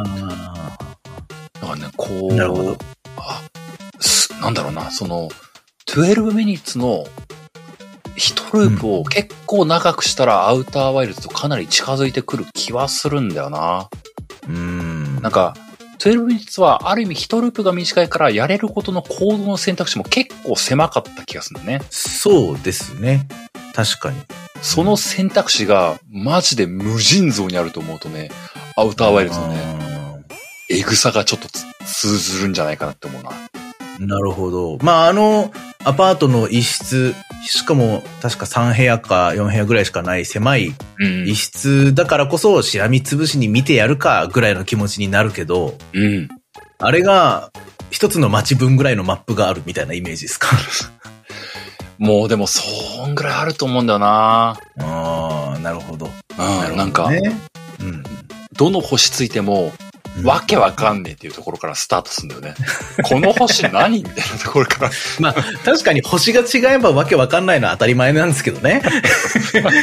からね、こう、 なるほど。 なんだろうな、その、12ミニッツの1ループを結構長くしたらアウターワイルドとかなり近づいてくる気はするんだよな。なんか、12ミニッツはある意味1ループが短いからやれることの行動の選択肢も結構狭かった気がするんだね。 そうですね。確かに。 その選択肢がマジで無尽蔵にあると思うとね、アウターワイルドのね、エグさがちょっと通ずるんじゃないかなって思うな。 なるほど。アパートの一室、しかも確か3部屋か4部屋ぐらいしかない狭い一室だからこそしらみつぶしに見てやるかぐらいの気持ちになるけど、あれが一つの街分ぐらいのマップがあるみたいなイメージですか？ もうでもそんぐらいあると思うんだよな。 なるほど。 なんか、どの星ついても、わけわかんねえっていうところからスタートするんだよね。この星何みたいなところから。 確かに星が違えばわけわかんないのは当たり前なんですけどね。確か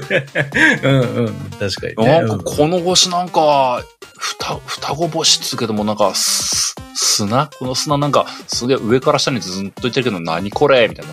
に、ね。 なんかこの星なんか、双子星っつうけどもなんか、この砂なんか、すげえ上から下にずっといってるけど何これみたいな。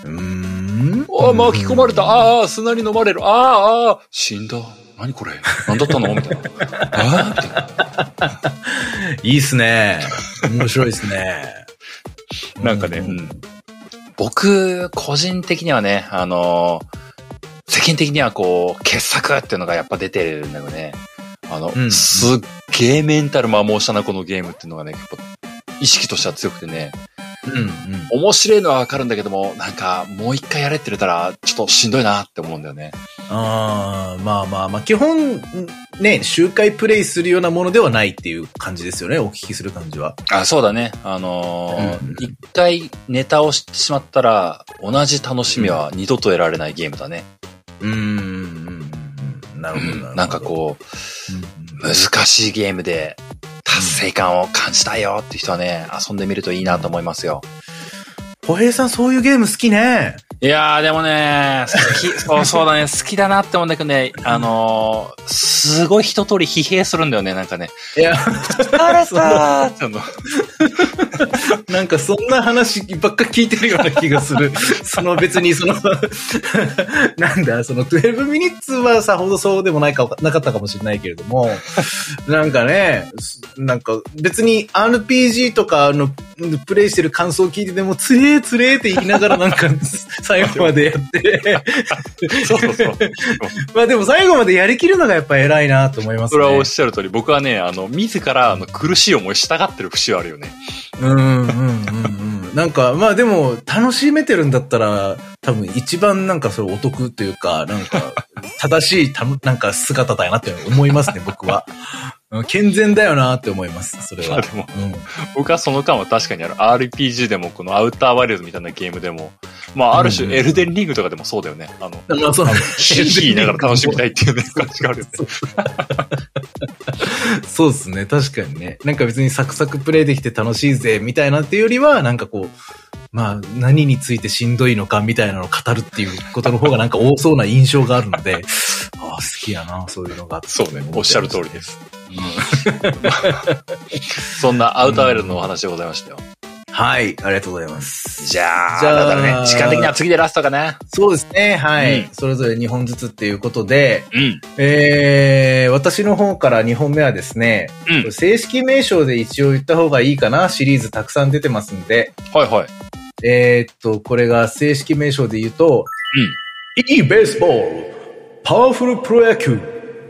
巻き込まれた。砂に飲まれる。死んだ。何これ何だったのみたいな。みたいな。 いいっすね。面白いっすね。 なんかね、僕、個人的にはね、世間的にはこう、傑作っていうのがやっぱ出てるんだよね。すっげえメンタル摩耗したな、このゲームっていうのがね、やっぱ意識としては強くてね。面白いのはわかるんだけども、なんか、もう一回やれって言ったら、ちょっとしんどいなって思うんだよね。 基本、ね、周回プレイするようなものではないっていう感じですよね、お聞きする感じは。 そうだね。一回ネタを知ってしまったら、同じ楽しみは二度と得られないゲームだね。 なるほど。 なんかこう、難しいゲームで、達成感を感じたいよって人はね、遊んでみるといいなと思いますよ。 小平さんそういうゲーム好きね。 いやーでもね、そうだね、好きだなって思うんだけどね、すごい一通り疲弊するんだよね、なんかね。 いや、 疲れたーってなんかそんな話ばっか聞いてるような気がする。別になんだ、12ミニッツはさほどそうでもなかったかもしれないけれども、なんかね、なんか別に RPG とかプレイしてる感想を聞いてても、つれーって言いながらなんか最後までやって。 そう。 でも最後までやりきるのがやっぱ偉いなと思いますね。 それはおっしゃる通り、僕はね、自ら苦しい思いしたがってる節はあるよね。 なんか、まあでも、楽しめてるんだったら、多分一番なんかそれお得というか、なんか、正しいなんか姿だよなって思いますね、僕は。健全だよなって思います、それは。 でも、僕はその間は確かにRPG でも、このアウターワイルドみたいなゲームでも、まあ、ある種、エルデンリングとかでもそうだよね。 そうヒー言いながら楽しみたいっていうね、感じがあるよね。 そうですね、確かにね。なんか別にサクサクプレイできて楽しいぜ、みたいなっていうよりは、なんかこう、まあ、何についてしんどいのかみたいなのを語るっていうことの方がなんか多そうな印象があるので、ああ、好きやな、そういうのが。 そうね、おっしゃる通りです。そんなアウターワイルドのお話でございましたよ。 はい、ありがとうございます。 じゃあ、だからね、時間的には次でラストかな。 そうですね、はい。それぞれ2本ずつっていうことで、私の方から2本目はですね、正式名称で一応言った方がいいかな、シリーズたくさん出てますんで。 はいはい。 これが正式名称で言うと、E ベースボール、パワフルプロ野球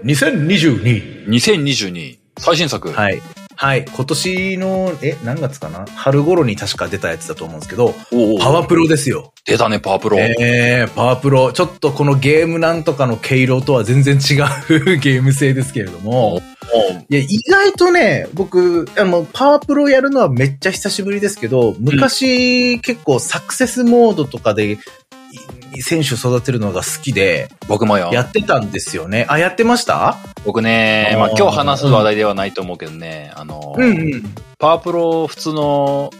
2022。 2022、最新作。 はい。はい。今年の、何月かな？春頃に確か出たやつだと思うんですけど、パワプロですよ。 出たね、パワプロ。 パワプロ。ちょっとこのゲームなんとかの毛色とは全然違うゲーム性ですけれども、いや、意外とね、僕、パワプロやるのはめっちゃ久しぶりですけど、昔、結構サクセスモードとかで、選手育てるのが好きで、 僕もやってたんですよね。あ、やってました？ 僕ね、まあ今日話す話題ではないと思うけどね、パワプロ普通の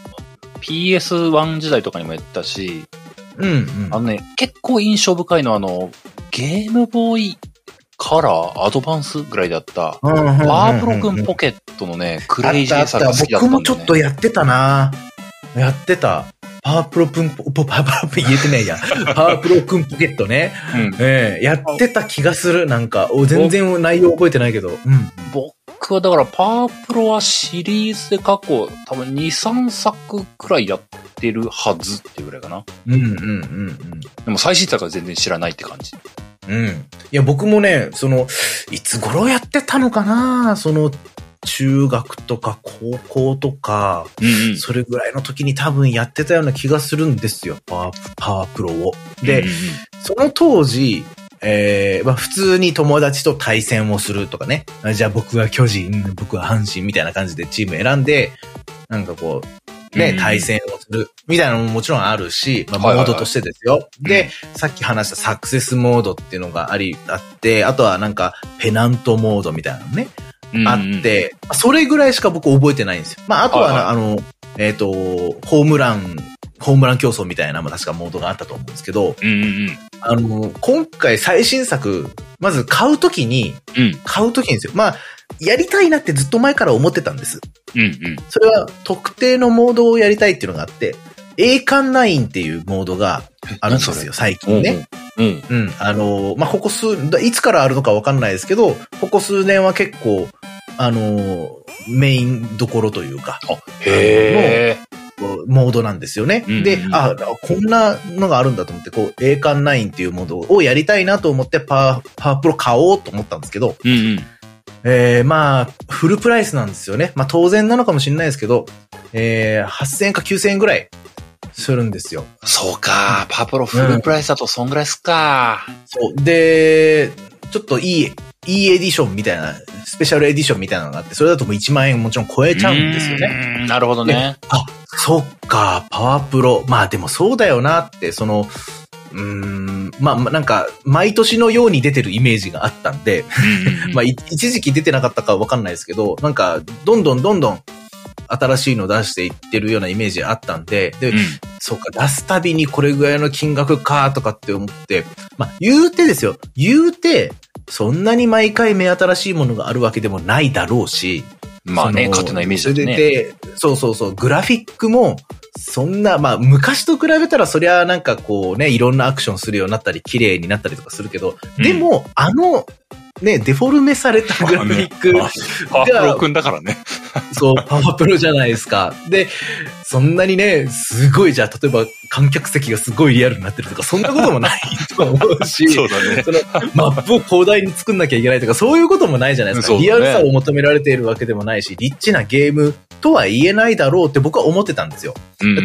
PS1 時代とかにもやったし、結構印象深いのはゲームボーイカラーアドバンスぐらいだった、パワプロくんポケットのね、クレイジーさが好きだったんだよね。 僕もちょっとやってたな。やってた。パワプロくん、パワプロ言えてないや。パワプロくんポケットね。やってた気がする。なんか、全然内容覚えてないけど。 僕はだからパワプロはシリーズで過去多分2、3作くらいやってるはずっていうぐらいかな。でも最新作は全然知らないって感じ。 いや、僕もね、いつ頃やってたのかな？中学とか高校とか、それぐらいの時に多分やってたような気がするんですよ。パワープロを。で、その当時、普通に友達と対戦をするとかね。じゃあ僕は巨人、僕は阪神みたいな感じでチーム選んで、なんかこう、ね、対戦をするみたいなのももちろんあるし、モードとしてですよ。で、さっき話したサクセスモードっていうのがあって、あとはなんかペナントモードみたいなのね。あって、それぐらいしか僕覚えてないんですよ。まあ、あとはホームラン競争みたいな、確かモードがあったと思うんですけど、今回最新作、まず買うときにですよ。まあ、やりたいなってずっと前から思ってたんです。それは特定のモードをやりたいっていうのがあって、栄冠9っていうモードがあるんですよ、最近ね。ここいつからあるのかわかんないですけど、ここ数年は結構、メインどころというか、モードなんですよね。で、こんなのがあるんだと思って、栄冠9っていうモードをやりたいなと思って、パワープロ買おうと思ったんですけど、フルプライスなんですよね。当然なのかもしれないですけど、8000円か9000円ぐらいするんですよ。 そうか、パワプロフルプライスだとそんぐらいすっか。 そう。で、ちょっといいエディションみたいな、スペシャルエディションみたいなのがあって、それだともう1万円もちろん超えちゃうんですよね。 なるほどね。 そっか、パワプロ。でもそうだよなって、なんか、毎年のように出てるイメージがあったんで、一時期出てなかったかわかんないですけど、なんか、どんどん、新しいの出していってるようなイメージあったんで、そうか、出すたびにこれぐらいの金額か、とかって思って、言うて、そんなに毎回目新しいものがあるわけでもないだろうし、 勝手なイメージだね。 そう、グラフィックも、そんな、昔と比べたらそりゃなんかこうね、いろんなアクションするようになったり、綺麗になったりとかするけど、でも、デフォルメされたグラフィックが、 パワプロくんだからね。 そう、パワプロじゃないですか。で、そんなにね、すごい、じゃあ、例えば、観客席がすごいリアルになってるとか、そんなこともないと思うし、 そうだね。 マップを広大に作んなきゃいけないとか、そういうこともないじゃないですか。リアルさを求められているわけでもないし、リッチなゲームとは言えないだろうって僕は思ってたんですよ。だって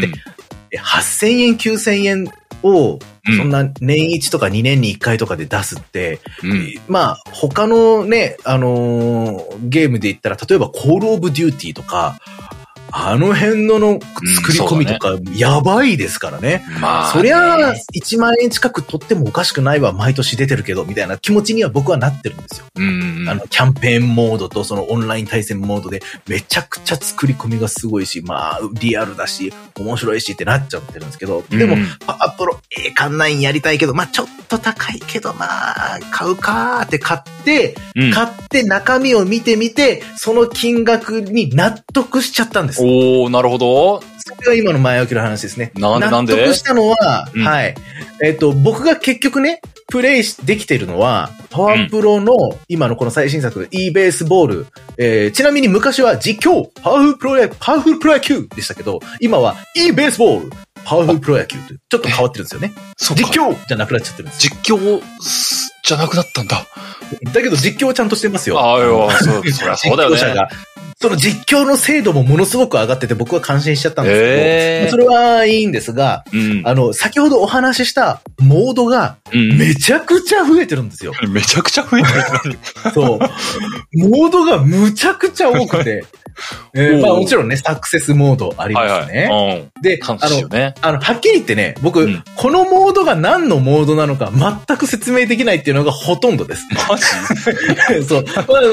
、8000円、9000円を、そんな年1とか2年に1回とかで出すって、まあ、他のね、ゲームで言ったら、例えばコールオブデューティーとか、あの辺の作り込みとか、やばいですからね。まあ、そりゃ、1万円近く取ってもおかしくないわ、毎年出てるけど、みたいな気持ちには僕はなってるんですよ。キャンペーンモードとそのオンライン対戦モードで、めちゃくちゃ作り込みがすごいし、まあ、リアルだし、面白いしってなっちゃってるんですけど、でも、パワープロ栄冠9やりたいけど、まあ、ちょっと高いけど、まあ、買うかーって買って中身を見てみて、その金額に納得しちゃったんです。 おー、なるほど。 それが今の前置きの話ですね。 なんで納得したのは、はい。僕が結局ね、プレイできてるのは、パワープロの今のこの最新作、e ベースボール。ちなみに昔は実況、パワフルプロ野球でしたけど、今は e ベースボール、パワフルプロ野球とちょっと変わってるんですよね。実況じゃなくなっちゃってるんです。 実況じゃなくなったんだ。 だけど実況はちゃんとしてますよ。 ああ、そりゃそうだよね。 その実況の精度もものすごく上がってて僕は感心しちゃったんですけど、それはいいんですが、先ほどお話ししたモードがめちゃくちゃ増えてるんですよ。 めちゃくちゃ増えてるそう。モードがむちゃくちゃ多くて、まあもちろんね、サクセスモードありますね。で、はっきり言ってね、僕、このモードが何のモードなのか全く説明できないっていうのがほとんどです。 マジそう。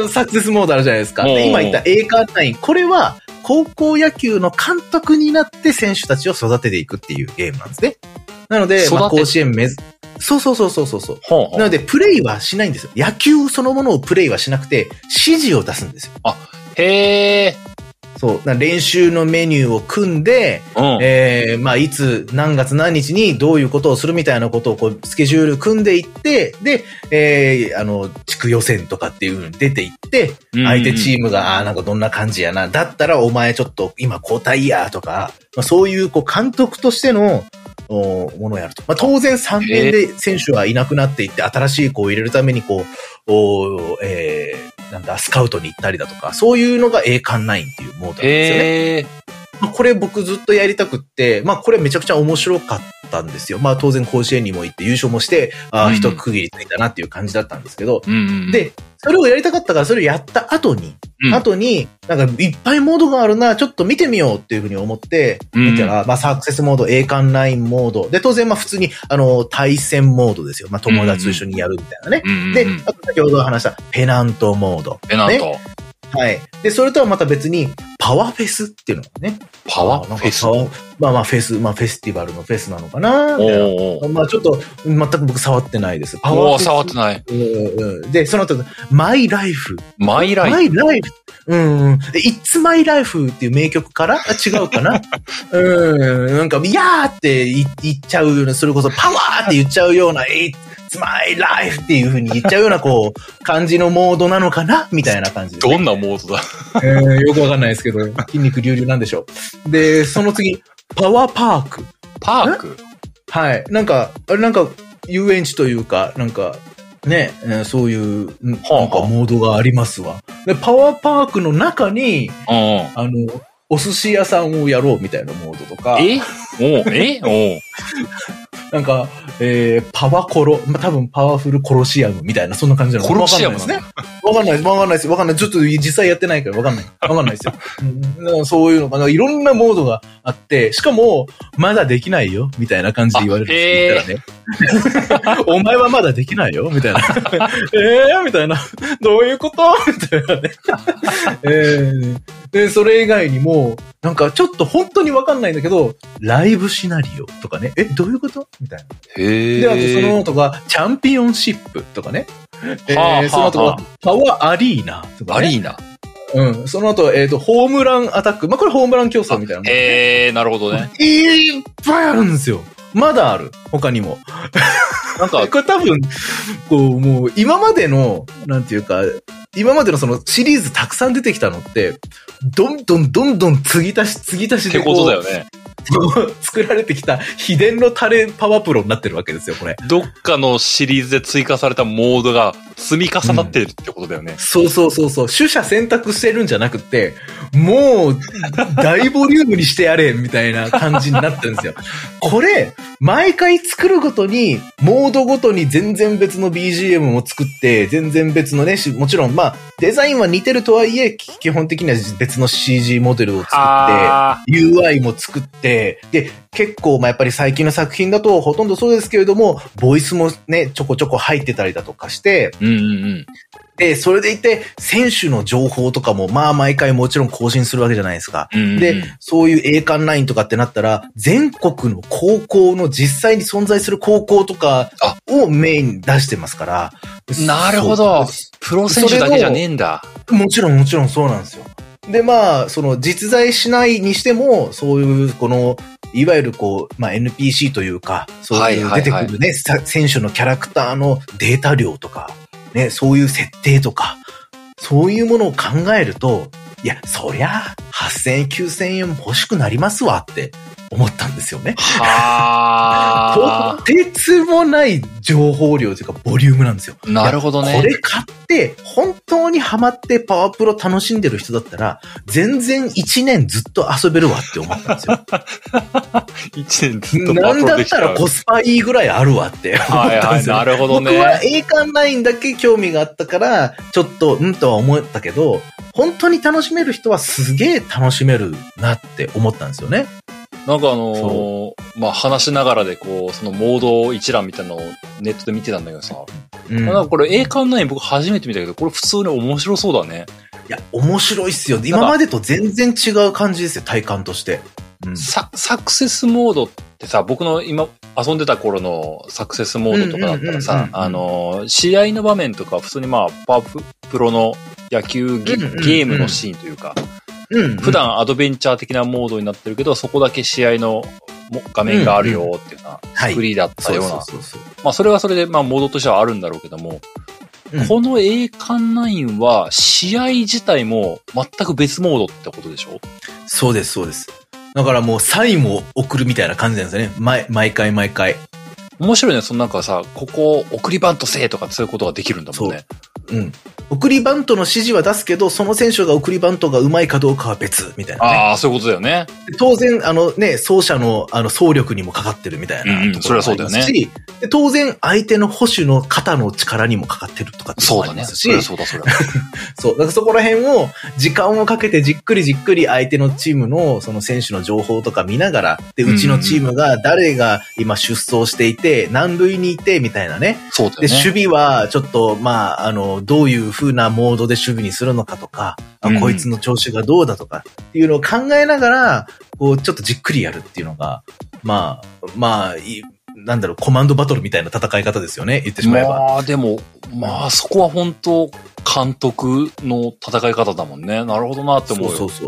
サクセスモードあるじゃないですか。で今言った栄冠9、これは高校野球の監督になって選手たちを育てていくっていうゲームなんですね。なので、まあ、甲子園そう。なので、プレイはしないんですよ。野球そのものをプレイはしなくて、指示を出すんですよ。 あ、へー。 そう。練習のメニューを組んで、まあ、いつ、何月何日にどういうことをするみたいなことをこう、スケジュール組んでいって、で、地区予選とかっていう風に出ていって、相手チームが、なんかどんな感じやな。だったらお前ちょっと今交代や、とか、まあ、そういうこう、監督としての、ものをやると。まあ、当然3年で選手はいなくなっていって、新しい子を入れるためにこう、なんだ、スカウトに行ったりだとか、そういうのが栄冠9っていうモードなんですよね。まあ、これ僕ずっとやりたくって、まあこれめちゃくちゃ面白かったんですよ。まあ当然甲子園にも行って優勝もして、一区切りついたなっていう感じだったんですけど、で、それをやりたかったからそれをやった後に、なんかいっぱいモードがあるな、ちょっと見てみようっていうふうに思って、見たら、まあサクセスモード、栄冠9モード。で、当然まあ普通に、対戦モードですよ。まあ友達と一緒にやるみたいなね。で、あと先ほど話したペナントモード。 ペナント。 はい。で、それとはまた別に、パワフェスっていうのがね。 パワフェスまあフェス、まあフェスティバルのフェスなのかなみたいな。まあちょっと、全く僕触ってないです。 パワーフェス。触ってない。 で、その後、マイライフ。 マイライフ。 It's My Life っていう名曲から違うかななんか、いやーって言っちゃうような、それこそパワーって言っちゃうような、It's My Life っていう風に言っちゃうような、こう、感じのモードなのかなみたいな感じで、 ね。どんなモードだよくわかんないですけど、筋肉隆々なんでしょう。で、その次、パワーパーク。 パーク？ はい。なんか、遊園地というか、なんか、ね、そういう、なんかモードがありますわ。で、パワーパークの中に、お寿司屋さんをやろうみたいなモードとか。なんか、パワコロ、まあ、多分パワフルコロシアムみたいな、そんな感じなの。 コロシアムですね。 わかんない。ちょっと実際やってないからわかんないですよ。そういうのかな。いろんなモードがあって、しかも、まだできないよ、みたいな感じで言われるんですよ。ね、お前はまだできないよ、みたいな。みたいな。どういうことみたいなね。で、それ以外にも、なんかちょっと本当にわかんないんだけど、ライブシナリオとかね。どういうことみたいな。で、あとその後が、チャンピオンシップとかね。その後が、パワーアリーナとかね。 アリーナ。 その後、ホームランアタック。まあ、これホームラン競争みたいな。 なるほどね。 いっぱいあるんですよ。まだある。他にも。なんか、これ多分、こう、もう、今までの、なんていうか、今までのそのシリーズたくさん出てきたのって、どんどん継ぎ足しでこう。 ってことだよね。 作られてきた秘伝のタレパワープロになってるわけですよ、これ。 どっかのシリーズで追加されたモードが積み重なってるってことだよね。 そう。取捨選択してるんじゃなくて、もう、大ボリュームにしてやれ、みたいな感じになってるんですよ。これ、毎回作るごとに、モードごとに全然別の BGM も作って、全然別のね、もちろん、デザインは似てるとはいえ、基本的には別の CG モデルを作って、UI も作って、で、結構、やっぱり最近の作品だとほとんどそうですけれども、ボイスもね、ちょこちょこ入ってたりだとかして、で、それでいて、選手の情報とかも、毎回もちろん更新するわけじゃないですか。で、そういう栄冠ラインとかってなったら、全国の高校の実際に存在する高校とかをメインに出してますから。 なるほど。プロ選手だけじゃねえんだ。 もちろんそうなんですよ。で、その実在しないにしても、そういう、いわゆるNPC というか、そういう出てくるね、選手のキャラクターのデータ量とか、ね、そういう設定とか、そういうものを考えると、いや、そりゃ、8000円、9000円も欲しくなりますわって思ったんですよね。とてつもない情報量というか、ボリュームなんですよ。 なるほどね。 これ買って、本当にハマってパワープロ楽しんでる人だったら、全然1年ずっと遊べるわって思ったんですよ。 1年ずっとパワープロできたら。 なんだったらコスパいいぐらいあるわって思ったんですよ。 なるほどね。 僕は栄冠ラインだけ興味があったから、ちょっと、とは思ったけど、本当に楽しめる人はすげえ楽しめるなって思ったんですよね。 なんか話しながらでそのモード一覧みたいなのをネットで見てたんだけどさ。なんかこれ栄冠9僕初めて見たけど、これ普通に面白そうだね。 いや、面白いっすよ。今までと全然違う感じですよ、体感として。 サクセスモードってさ、僕の今遊んでた頃のサクセスモードとかだったらさ、試合の場面とか普通にパワープロの野球ゲームのシーンというか、普段アドベンチャー的なモードになってるけど、そこだけ試合の画面があるよっていうような作りだったような。それはそれでモードとしてはあるんだろうけども、この栄冠9は試合自体も全く別モードってことでしょ？ そうです。だからもうサインも送るみたいな感じなんですよね。毎回。 面白いね。なんかさ、ここ送りバントせえとかそういうことができるんだもんね。送りバントの指示は出すけど、その選手が送りバントが上手いかどうかは別、みたいな、ね。 ああ、そういうことだよね。 当然、走者の、走力にもかかってるみたいな。 それはそうだよね。 で当然、相手の捕手の肩の力にもかかってるとかっていうのもありますし。 そうだね。 そう。だからそこら辺を、時間をかけてじっくり相手のチームの、その選手の情報とか見ながら、で、うちのチームが誰が今出走していて、何塁にいて、みたいなね。 そうだよね。 で、守備は、ちょっと、どういう風なモードで守備にするのかとか、こいつの調子がどうだとかっていうのを考えながら、ちょっとじっくりやるっていうのが、コマンドバトルみたいな戦い方ですよね、言ってしまえば。 でも、そこは本当監督の戦い方だもんね。なるほどなって思うよ。 そう。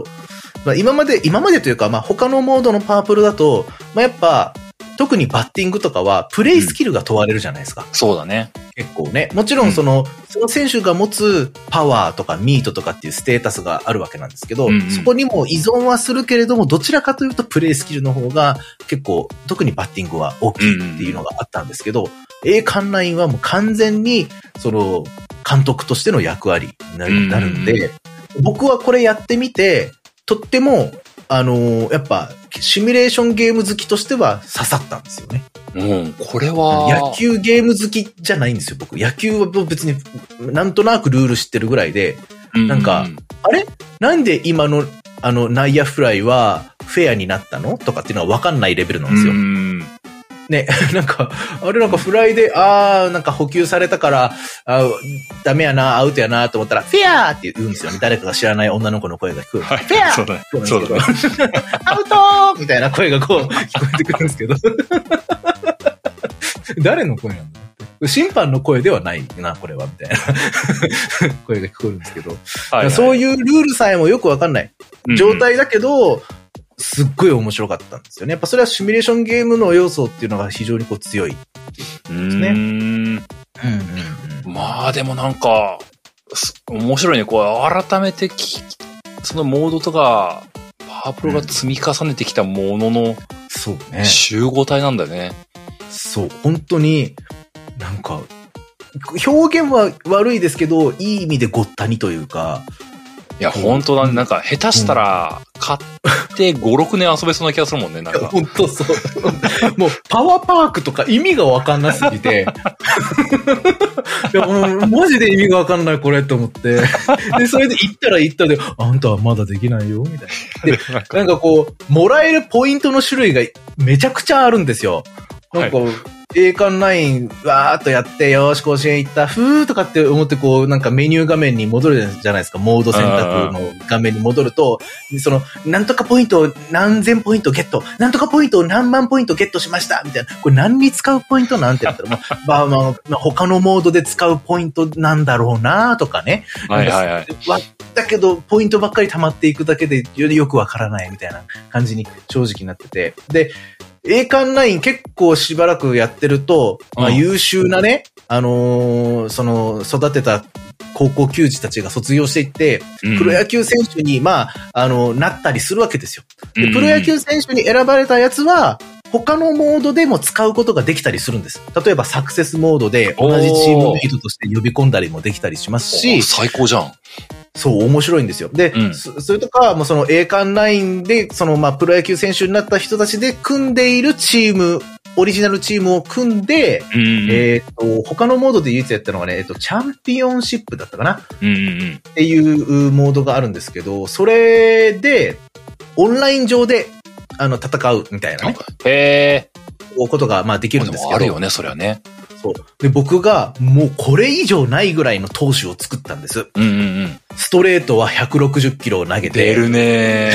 今までというか、他のモードのパワープロだと、やっぱ、特にバッティングとかは、プレイスキルが問われるじゃないですか。 そうだね。 結構ね。もちろんその選手が持つパワーとかミートとかっていうステータスがあるわけなんですけど、そこにも依存はするけれども、どちらかというとプレイスキルの方が結構、特にバッティングは大きいっていうのがあったんですけど、栄冠ラインはもう完全に、監督としての役割になるんで、僕はこれやってみて、とっても、やっぱ、シミュレーションゲーム好きとしては刺さったんですよね。 これは。 野球ゲーム好きじゃないんですよ、僕。野球は別になんとなくルール知ってるぐらいで、なんか、あれなんで今の内野フライはフェアになったのとかっていうのは分かんないレベルなんですよ。ね、なんかフライで、なんか補給されたから、ダメやな、アウトやなと思ったら、フェアって言うんですよね。誰かが知らない女の子の声が聞こえる。フェアそうだね。 アウトみたいな声が聞こえてくるんですけど。誰の声なんだ審判の声ではないな、これは、みたいな声が聞こえるんですけど。そういうルールさえもよくわかんない状態だけど、すっごい面白かったんですよね。やっぱそれはシミュレーションゲームの要素っていうのが非常に強いですね。 でもなんか、面白いね。改めてそのモードとか、パワープロが積み重ねてきたものの、集合体なんだよね。 そう、本当に、なんか、 表現は悪いですけど、いい意味でごったにというか。 いや、本当だね。なんか、下手したら、買って5、6年遊べそうな気がするもんね、なんか。 本当そう。もう、パワーパークとか意味がわかんなすぎて。いや、もう、マジで意味がわかんない、これ、と思って。で、それで行ったら行ったで、あんたはまだできないよ、みたいな。で、なんかこう、もらえるポイントの種類がめちゃくちゃあるんですよ。なんか、栄冠9わーっとやって、よーし、甲子園行った、ふーとかって思って、こう、なんかメニュー画面に戻るじゃないですか。モード選択の画面に戻ると、その、なんとかポイントを何千ポイントゲット、なんとかポイントを何万ポイントゲットしました、みたいな。これ何に使うポイントなんてやったら、まあ、他のモードで使うポイントなんだろうなとかね。 はいはいはい。 だけど、ポイントばっかり溜まっていくだけで、よりよくわからないみたいな感じに正直なってて。で、栄冠9結構しばらくやってると、まあ優秀なね、その、育てた高校球児たちが卒業していって、プロ野球選手に、まあ、なったりするわけですよ。で、プロ野球選手に選ばれたやつは、他のモードでも使うことができたりするんです。例えばサクセスモードで同じチームメイトとして呼び込んだりもできたりしますし。 最高じゃん。 そう、面白いんですよ。で、それとか、もうその栄冠9で、そのまあ、プロ野球選手になった人たちで組んでいるチーム、オリジナルチームを組んで、他のモードで唯一やったのがね、チャンピオンシップだったかな、っていうモードがあるんですけど、それで、オンライン上で、戦うみたいなね。ことが、まあ、できるんですけど。 あるよね、それはね。 そう。で、僕が、もうこれ以上ないぐらいの投手を作ったんです。ストレートは160キロを投げて。 出るね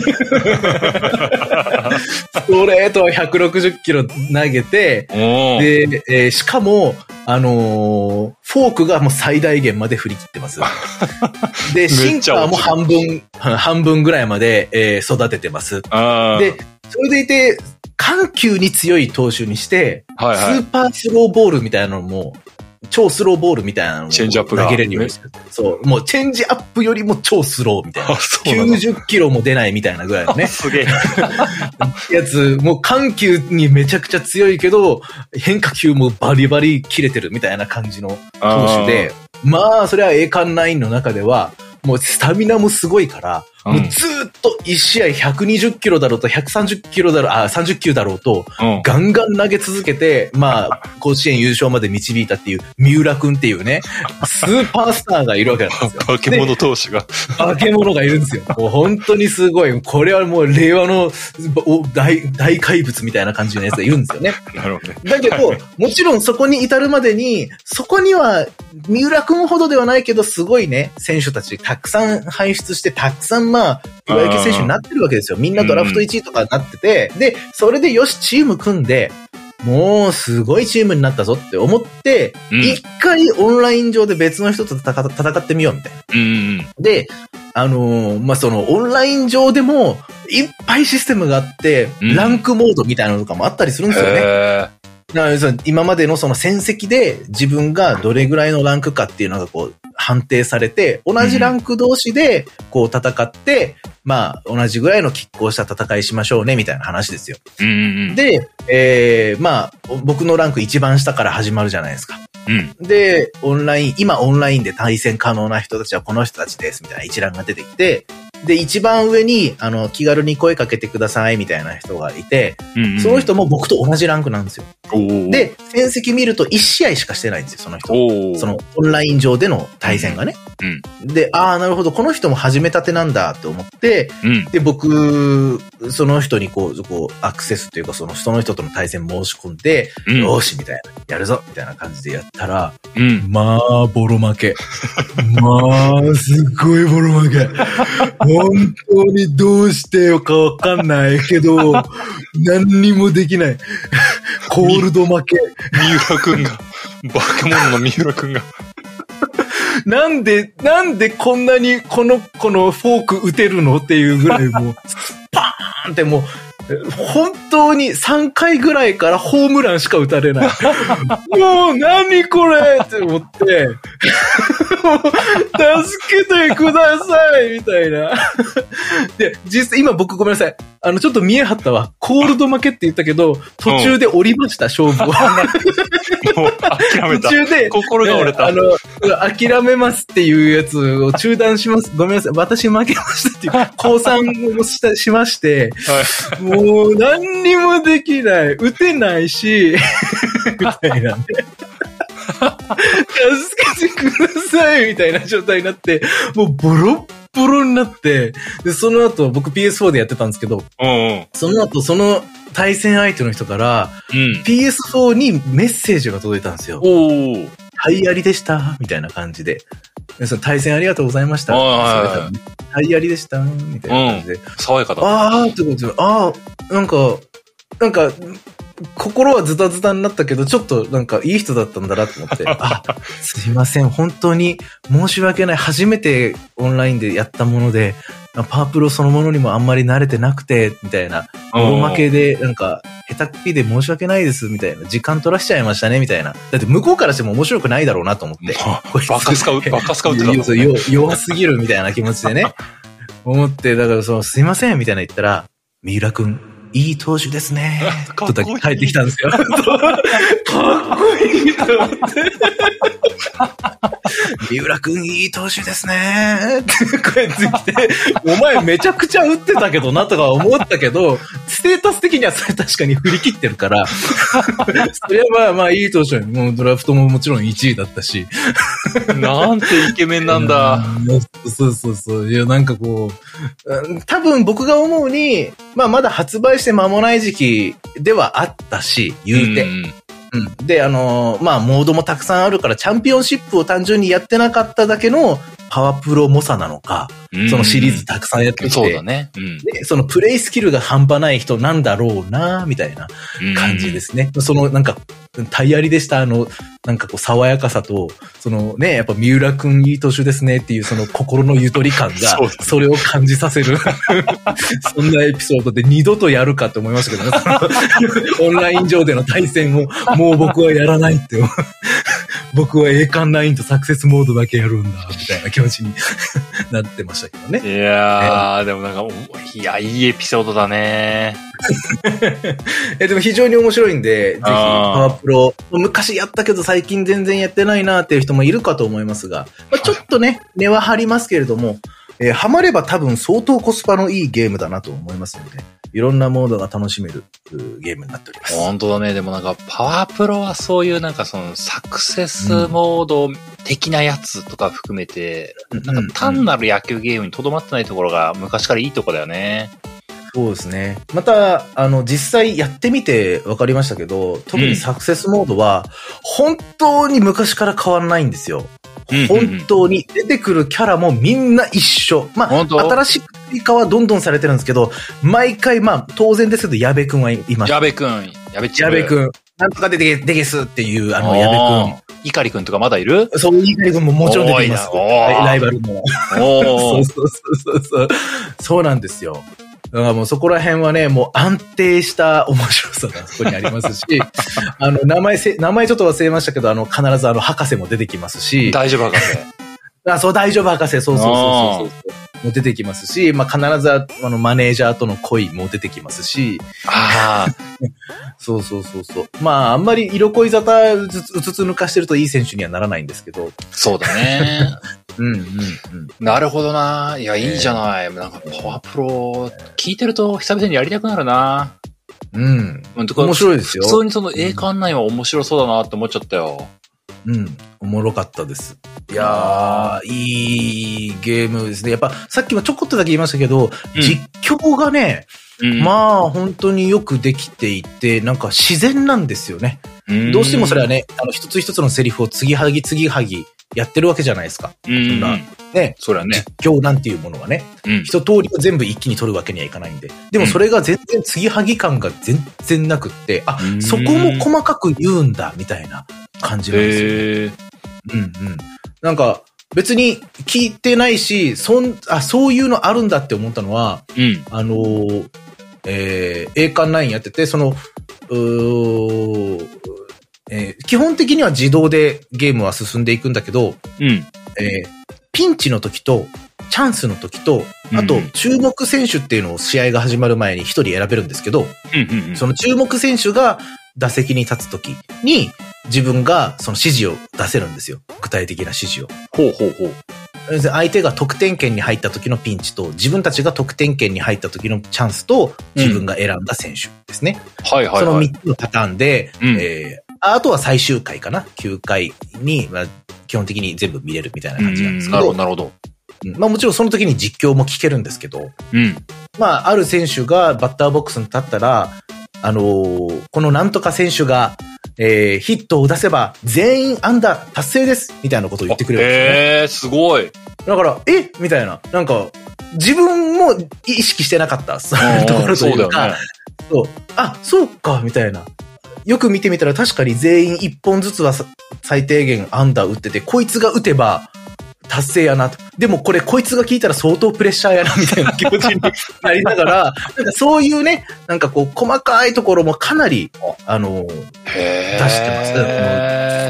ストレートは160キロ投げて、で、しかも、フォークがもう最大限まで振り切ってます。で、シンカーも半分ぐらいまで、育ててます。で、それでいて、緩急に強い投手にして、スーパースローボールみたいなのも、超スローボールみたいなのを投げれるようにしてる。そう。もうチェンジアップよりも超スローみたいな。90キロも出ないみたいなぐらいのね。 すげえ。 やつ、もう緩急にめちゃくちゃ強いけど、変化球もバリバリ切れてるみたいな感じの投手で、まあ、それは栄冠9の中では、もうスタミナもすごいから、もうずーっと1試合120キロだろうと130キロだろう、30球だろうと、ガンガン投げ続けて、まあ、甲子園優勝まで導いたっていう、三浦くんっていうね、スーパースターがいるわけなんですよ。 化け物投手が。 化け物がいるんですよ。もう本当にすごい。これはもう令和の大怪物みたいな感じのやつがいるんですよね。 なるほどね。 だけど、もちろんそこに至るまでに、そこには、三浦くんほどではないけど、すごいね、選手たちたくさん輩出して、たくさんまあ、プロ野球選手になってるわけですよ。みんなドラフト1位とかになってて、で、それでよし、チーム組んで、もうすごいチームになったぞって思って、一回オンライン上で別の人と戦ってみようみたいな。で、まあ、そのオンライン上でもいっぱいシステムがあって、ランクモードみたいなのとかもあったりするんですよね。今までのその戦績で自分がどれぐらいのランクかっていうのがこう判定されて、同じランク同士でこう戦って、まあ同じぐらいの拮抗した戦いしましょうねみたいな話ですよ。で、まあ僕のランク一番下から始まるじゃないですか。で、今オンラインで対戦可能な人たちはこの人たちですみたいな一覧が出てきて、で、一番上に、気軽に声かけてくださいみたいな人がいて、その人も僕と同じランクなんですよ。で、戦績見ると1試合しかしてないんですよ、その人。その、オンライン上での対戦がね。で、なるほど、この人も始めたてなんだって思って、で、僕、その人にこう、アクセスというか、その人との対戦申し込んで、よーし、みたいな、やるぞ、みたいな感じでやったら、まあ、ボロ負け。まあ、すっごいボロ負け。本当にどうしてよかわかんないけど、何にもできない。コールド負け。 三浦くんが、化け物の三浦くんが。 なんでこんなにこのフォーク打てるのっていうぐらいもう、パーンってもう、本当に3回ぐらいからホームランしか打たれない。もう何これって思って、 助けてくださいみたいな。で、実際、今僕ごめんなさい。ちょっと見え張ったわ。コールド負けって言ったけど、途中で降りました、勝負を。 もう諦めた。 途中で、 心が折れた。 諦めますっていうやつを中断します。ごめんなさい。私負けましたっていう、降参をしまして、はい、もう何にもできない。打てないし、みたいなんで。助けてくださいみたいな状態になって、もうボロッボロになって、で、その後僕 PS4 でやってたんですけど、その後その対戦相手の人から、PS4 にメッセージが届いたんですよ。はいありでした、みたいな感じで。その対戦ありがとうございました。はいありでした、みたいな感じで。 爽やかだ。 あーってことで、なんか、心はズタズタになったけど、ちょっとなんかいい人だったんだなと思って、すいません、本当に申し訳ない。初めてオンラインでやったもので、パワープロそのものにもあんまり慣れてなくて、みたいな。大負けで、なんか、下手っぴで申し訳ないです、みたいな。時間取らしちゃいましたね、みたいな。だって向こうからしても面白くないだろうなと思って。 バカスカウってた弱すぎるみたいな気持ちでね。思って、だからすいません、みたいな言ったら、三浦くん、いい投手ですね。とだけ帰ってきたんですよ。かっこいいと思って。三浦くんいい投手ですね。って帰ってきて、お前めちゃくちゃ打ってたけどなとか思ったけど、ステータス的にはそれ確かに振り切ってるから、それはまあいい投手、もうドラフトももちろん1位だったし。 なんてイケメンなんだ。 そう。いや、なんかこう、多分僕が思うに、まあまだ発売して間もない時期ではあったし、言うて。で、まあ、モードもたくさんあるから、チャンピオンシップを単純にやってなかっただけのパワープロ猛者なのか、そのシリーズたくさんやってきて、 そうだね。 で、そのプレイスキルが半端ない人なんだろうな、みたいな感じですね。その、なんか、体ありでした、なんかこう、爽やかさと、そのね、やっぱ三浦くんいい投手ですねっていう、その心のゆとり感が、それを感じさせる。そんなエピソードで二度とやるかって思いましたけどね。オンライン上での対戦を、もう僕はやらないって。僕は栄冠9とサクセスモードだけやるんだ、みたいな気持ちになってましたけどね。 いやー、でもなんか、いや、いいエピソードだね。 でも非常に面白いんで、ぜひ、パワープロ、昔やったけど最近全然やってないなっていう人もいるかと思いますが、まあ、ちょっとね、値は張りますけれども、ハマれば多分相当コスパのいいゲームだなと思いますので、いろんなモードが楽しめるゲームになっております。 本当だね。でもなんか、パワープロはそういうなんかそのサクセスモード的なやつとか含めて、なんか単なる野球ゲームにとどまってないところが昔からいいとこだよね。 そうですね。また、実際やってみて分かりましたけど、特にサクセスモードは、本当に昔から変わらないんですよ。本当に出てくるキャラもみんな一緒。まあ、新しい追加はどんどんされてるんですけど、毎回まあ、当然ですけど、矢部くんはいます。 矢部くん。 なんとかでゲスっていう、矢部くん。 碇くんとかまだいる？ そう、碇くんももちろん出てきます。ライバルの。そう。そうなんですよ。だからもうそこら辺はね、もう安定した面白さがそこにありますし、名前ちょっと忘れましたけど、必ず博士も出てきますし。 大丈夫博士。 そう、大丈夫博士、そう。もう出てきますし、まあ、必ずマネージャーとの恋も出てきますし。そう。まあ、あんまり色恋沙汰うつつ抜かしてるといい選手にはならないんですけど。 そうだね。なるほどな。いや、いいじゃない。なんか、パワープロ、聞いてると久々にやりたくなるな。 面白いですよ。 普通にその栄冠9は面白そうだなって思っちゃったよ。 おもろかったです。いやー、いいゲームですね。やっぱ、さっきもちょこっとだけ言いましたけど、実況がね、まあ、本当によくできていて、なんか自然なんですよね。どうしてもそれはね、一つ一つのセリフを継ぎはぎやってるわけじゃないですか。ね。 それはね。 実況なんていうものはね。一通りを全部一気に取るわけにはいかないんで。でもそれが全然継ぎはぎ感が全然なくって、そこも細かく言うんだ、みたいな感じなんですよね。なんか、別に聞いてないし、そういうのあるんだって思ったのは、栄冠9やってて、基本的には自動でゲームは進んでいくんだけど、 ピンチの時と、チャンスの時と、あと、注目選手っていうのを試合が始まる前に一人選べるんですけど、その注目選手が打席に立つ時に、自分がその指示を出せるんですよ。具体的な指示を。 ほうほうほう。 相手が得点圏に入った時のピンチと、自分たちが得点圏に入った時のチャンスと、自分が選んだ選手ですね。 はいはいはい。 その3つのパターンで、あとは最終回かな ?9 回に、基本的に全部見れるみたいな感じなんですけど。 なるほど、なるほど。 もちろんその時に実況も聞けるんですけど、ある選手がバッターボックスに立ったら、このなんとか選手が、ヒットを出せば全員安打達成ですみたいなことを言ってくれるんですよね。すごい。 だから、みたいな。なんか、自分も意識してなかった。そういうところというか。そう。そうか、みたいな。よく見てみたら確かに全員1本ずつは最低限安打打ってて、こいつが打てば達成やなと。でもこれこいつが聞いたら相当プレッシャーやなみたいな気持ちになりながら、なんかそういうね、なんかこう細かいところもかなり、出してます。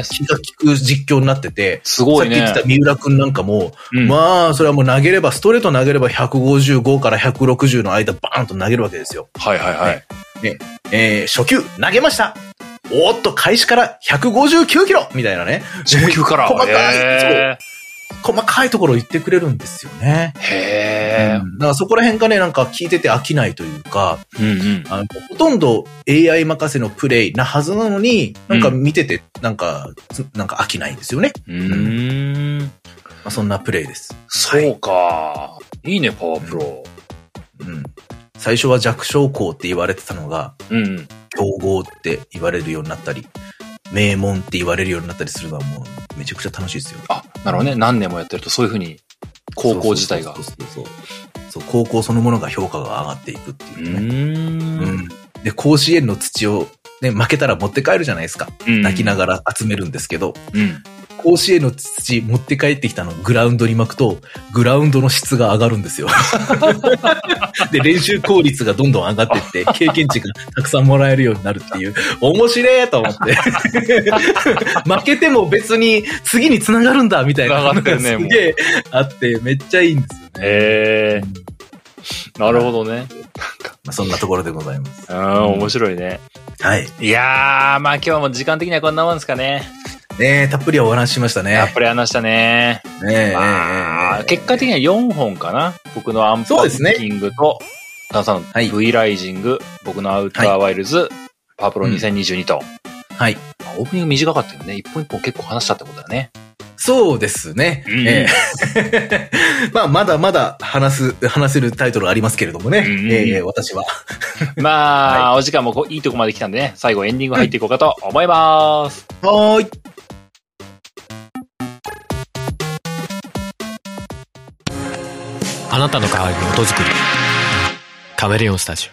気が利く実況になってて、 すごいね。 さっき言ってた三浦くんなんかも、それはもう投げれば、ストレート投げれば155から160の間バーンと投げるわけですよ。 はいはいはい。 初球投げました。おーっと開始から159キロみたいなね。 初球から。 細かいところを言ってくれるんですよね。だからそこら辺がね、なんか聞いてて飽きないというか、ほとんど AI 任せのプレイなはずなのに、なんか見てて、なんか飽きないんですよね。そんなプレイです。 そうか。いいね、パワープロ。 最初は弱小校って言われてたのが、強豪って言われるようになったり、名門って言われるようになったりするのはもうめちゃくちゃ楽しいですよ。 なるほどね。何年もやってるとそういう風に高校自体が。 そう、高校そのものが評価が上がっていくっていうね。で、甲子園の土をね、負けたら持って帰るじゃないですか。泣きながら集めるんですけど、甲子園の土持って帰ってきたのをグラウンドに巻くと、グラウンドの質が上がるんですよ。で、練習効率がどんどん上がっていって、経験値がたくさんもらえるようになるっていう、面白いと思って。負けても別に次に繋がるんだみたいなのがすげえあって、めっちゃいいんですよね。 なるほどね。 そんなところでございます。 面白いね。 はい。 いやー、今日はもう時間的にはこんなもんですかね。 たっぷりお話ししましたね。 たっぷり話したね。結果的には4本かな。僕のアンパッキングと、ダンさんの V ライジング、僕のアウターワイルズ、パワープロ2022と。 はい。 オープニング短かったよね。一本一本結構話したってことだね。 そうですね。まだまだ話せるタイトルありますけれどもね。私は。 お時間もいいとこまで来たんでね、最後エンディング入っていこうかと思います。 はーい。 あなたの代わりに音作り。カメレオンスタジ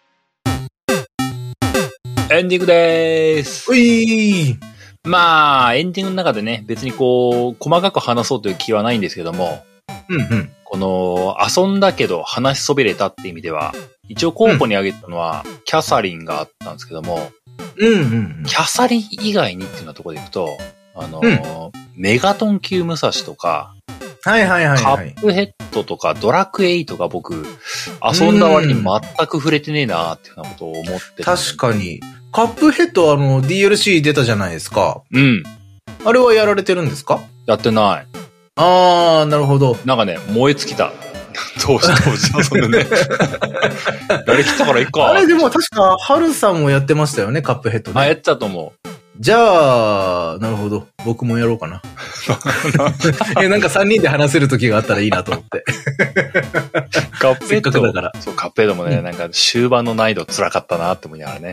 オ。エンディングでーす。エンディングの中でね、別に細かく話そうという気はないんですけども、この、遊んだけど話しそびれたって意味では、一応候補に挙げたのは、キャサリンがあったんですけども、キャサリン以外にっていうようなところでいくと、メガトン級武蔵とか、カップヘッドとかドラクエ8が僕、遊んだ割に全く触れてねえなーっていうようなことを思ってた。 確かに。カップヘッドDLC 出たじゃないですか。あれはやられてるんですか？ やってない。 なるほど。 なんかね、燃え尽きた。どうして遊んでね。やりきったからいいか。 あれでも確か、ハルさんもやってましたよね、カップヘッドね。 やってたと思う。 じゃあ、なるほど。僕もやろうかな。なんか3人で話せる時があったらいいなと思って。 カップヘッドだから。そう、カップヘッドもね、なんか終盤の難易度辛かったなって思いながらね。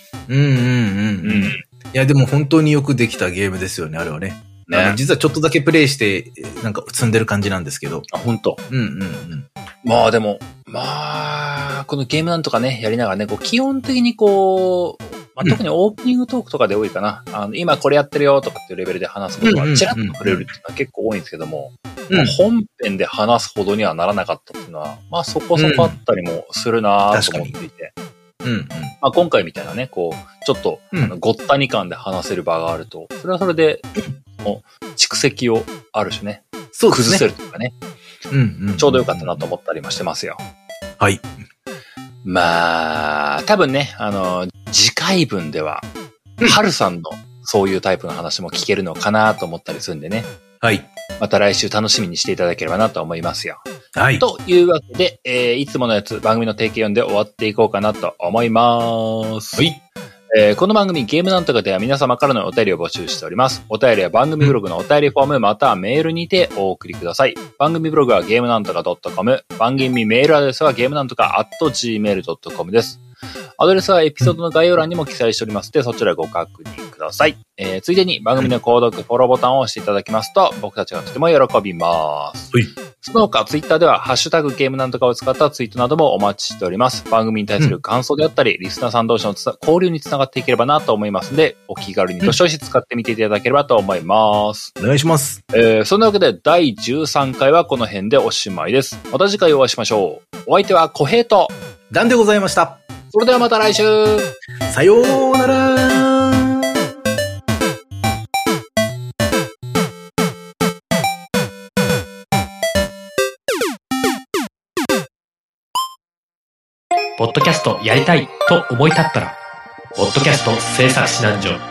いや、でも本当によくできたゲームですよね、あれはね。実はちょっとだけプレイして、なんか積んでる感じなんですけど。 本当。でも、このゲームなんとかね、やりながらね、基本的に特にオープニングトークとかで多いかな。今これやってるよとかっていうレベルで話すことはちらっと触れるっていうのは結構多いんですけども、本編で話すほどにはならなかったっていうのは、そこそこあったりもするなぁと思っていて。今回みたいなね、ちょっと、ごったに感で話せる場があると、それはそれで、蓄積をある種ね、 崩せるとかね。ちょうどよかったなと思ったりもしてますよ。 はい。 まあ、多分ね、次回分では、ハルさんのそういうタイプの話も聞けるのかなと思ったりするんでね。 はい。 また来週楽しみにしていただければなと思いますよ。 はい。 というわけで、いつものやつ番組の提携読んで終わっていこうかなと思います。 はい。 この番組ゲームなんとかでは皆様からのお便りを募集しております。お便りは番組ブログのお便りフォームまたはメールにてお送りください。番組ブログはゲームなんとか .com、番組メールアドレスはゲームなんとか @gmail.com です。アドレスはエピソードの概要欄にも記載しておりますので、そちらご確認ください。ついでに番組の購読、フォローボタンを押していただきますと、僕たちがとても喜びます。 はい。 その他、ツイッターでは、ハッシュタグゲームなんとかを使ったツイートなどもお待ちしております。番組に対する感想であったり、リスナーさん同士の交流につながっていければなと思いますので、お気軽にどしどし使ってみていただければと思います。 お願いします。 そんなわけで、第13回はこの辺でおしまいです。また次回お会いしましょう。お相手は小平と、 ダンでございました。 それではまた来週。 さようなら。 ポッドキャストやりたいと思い立ったら、ポッドキャスト制作指南所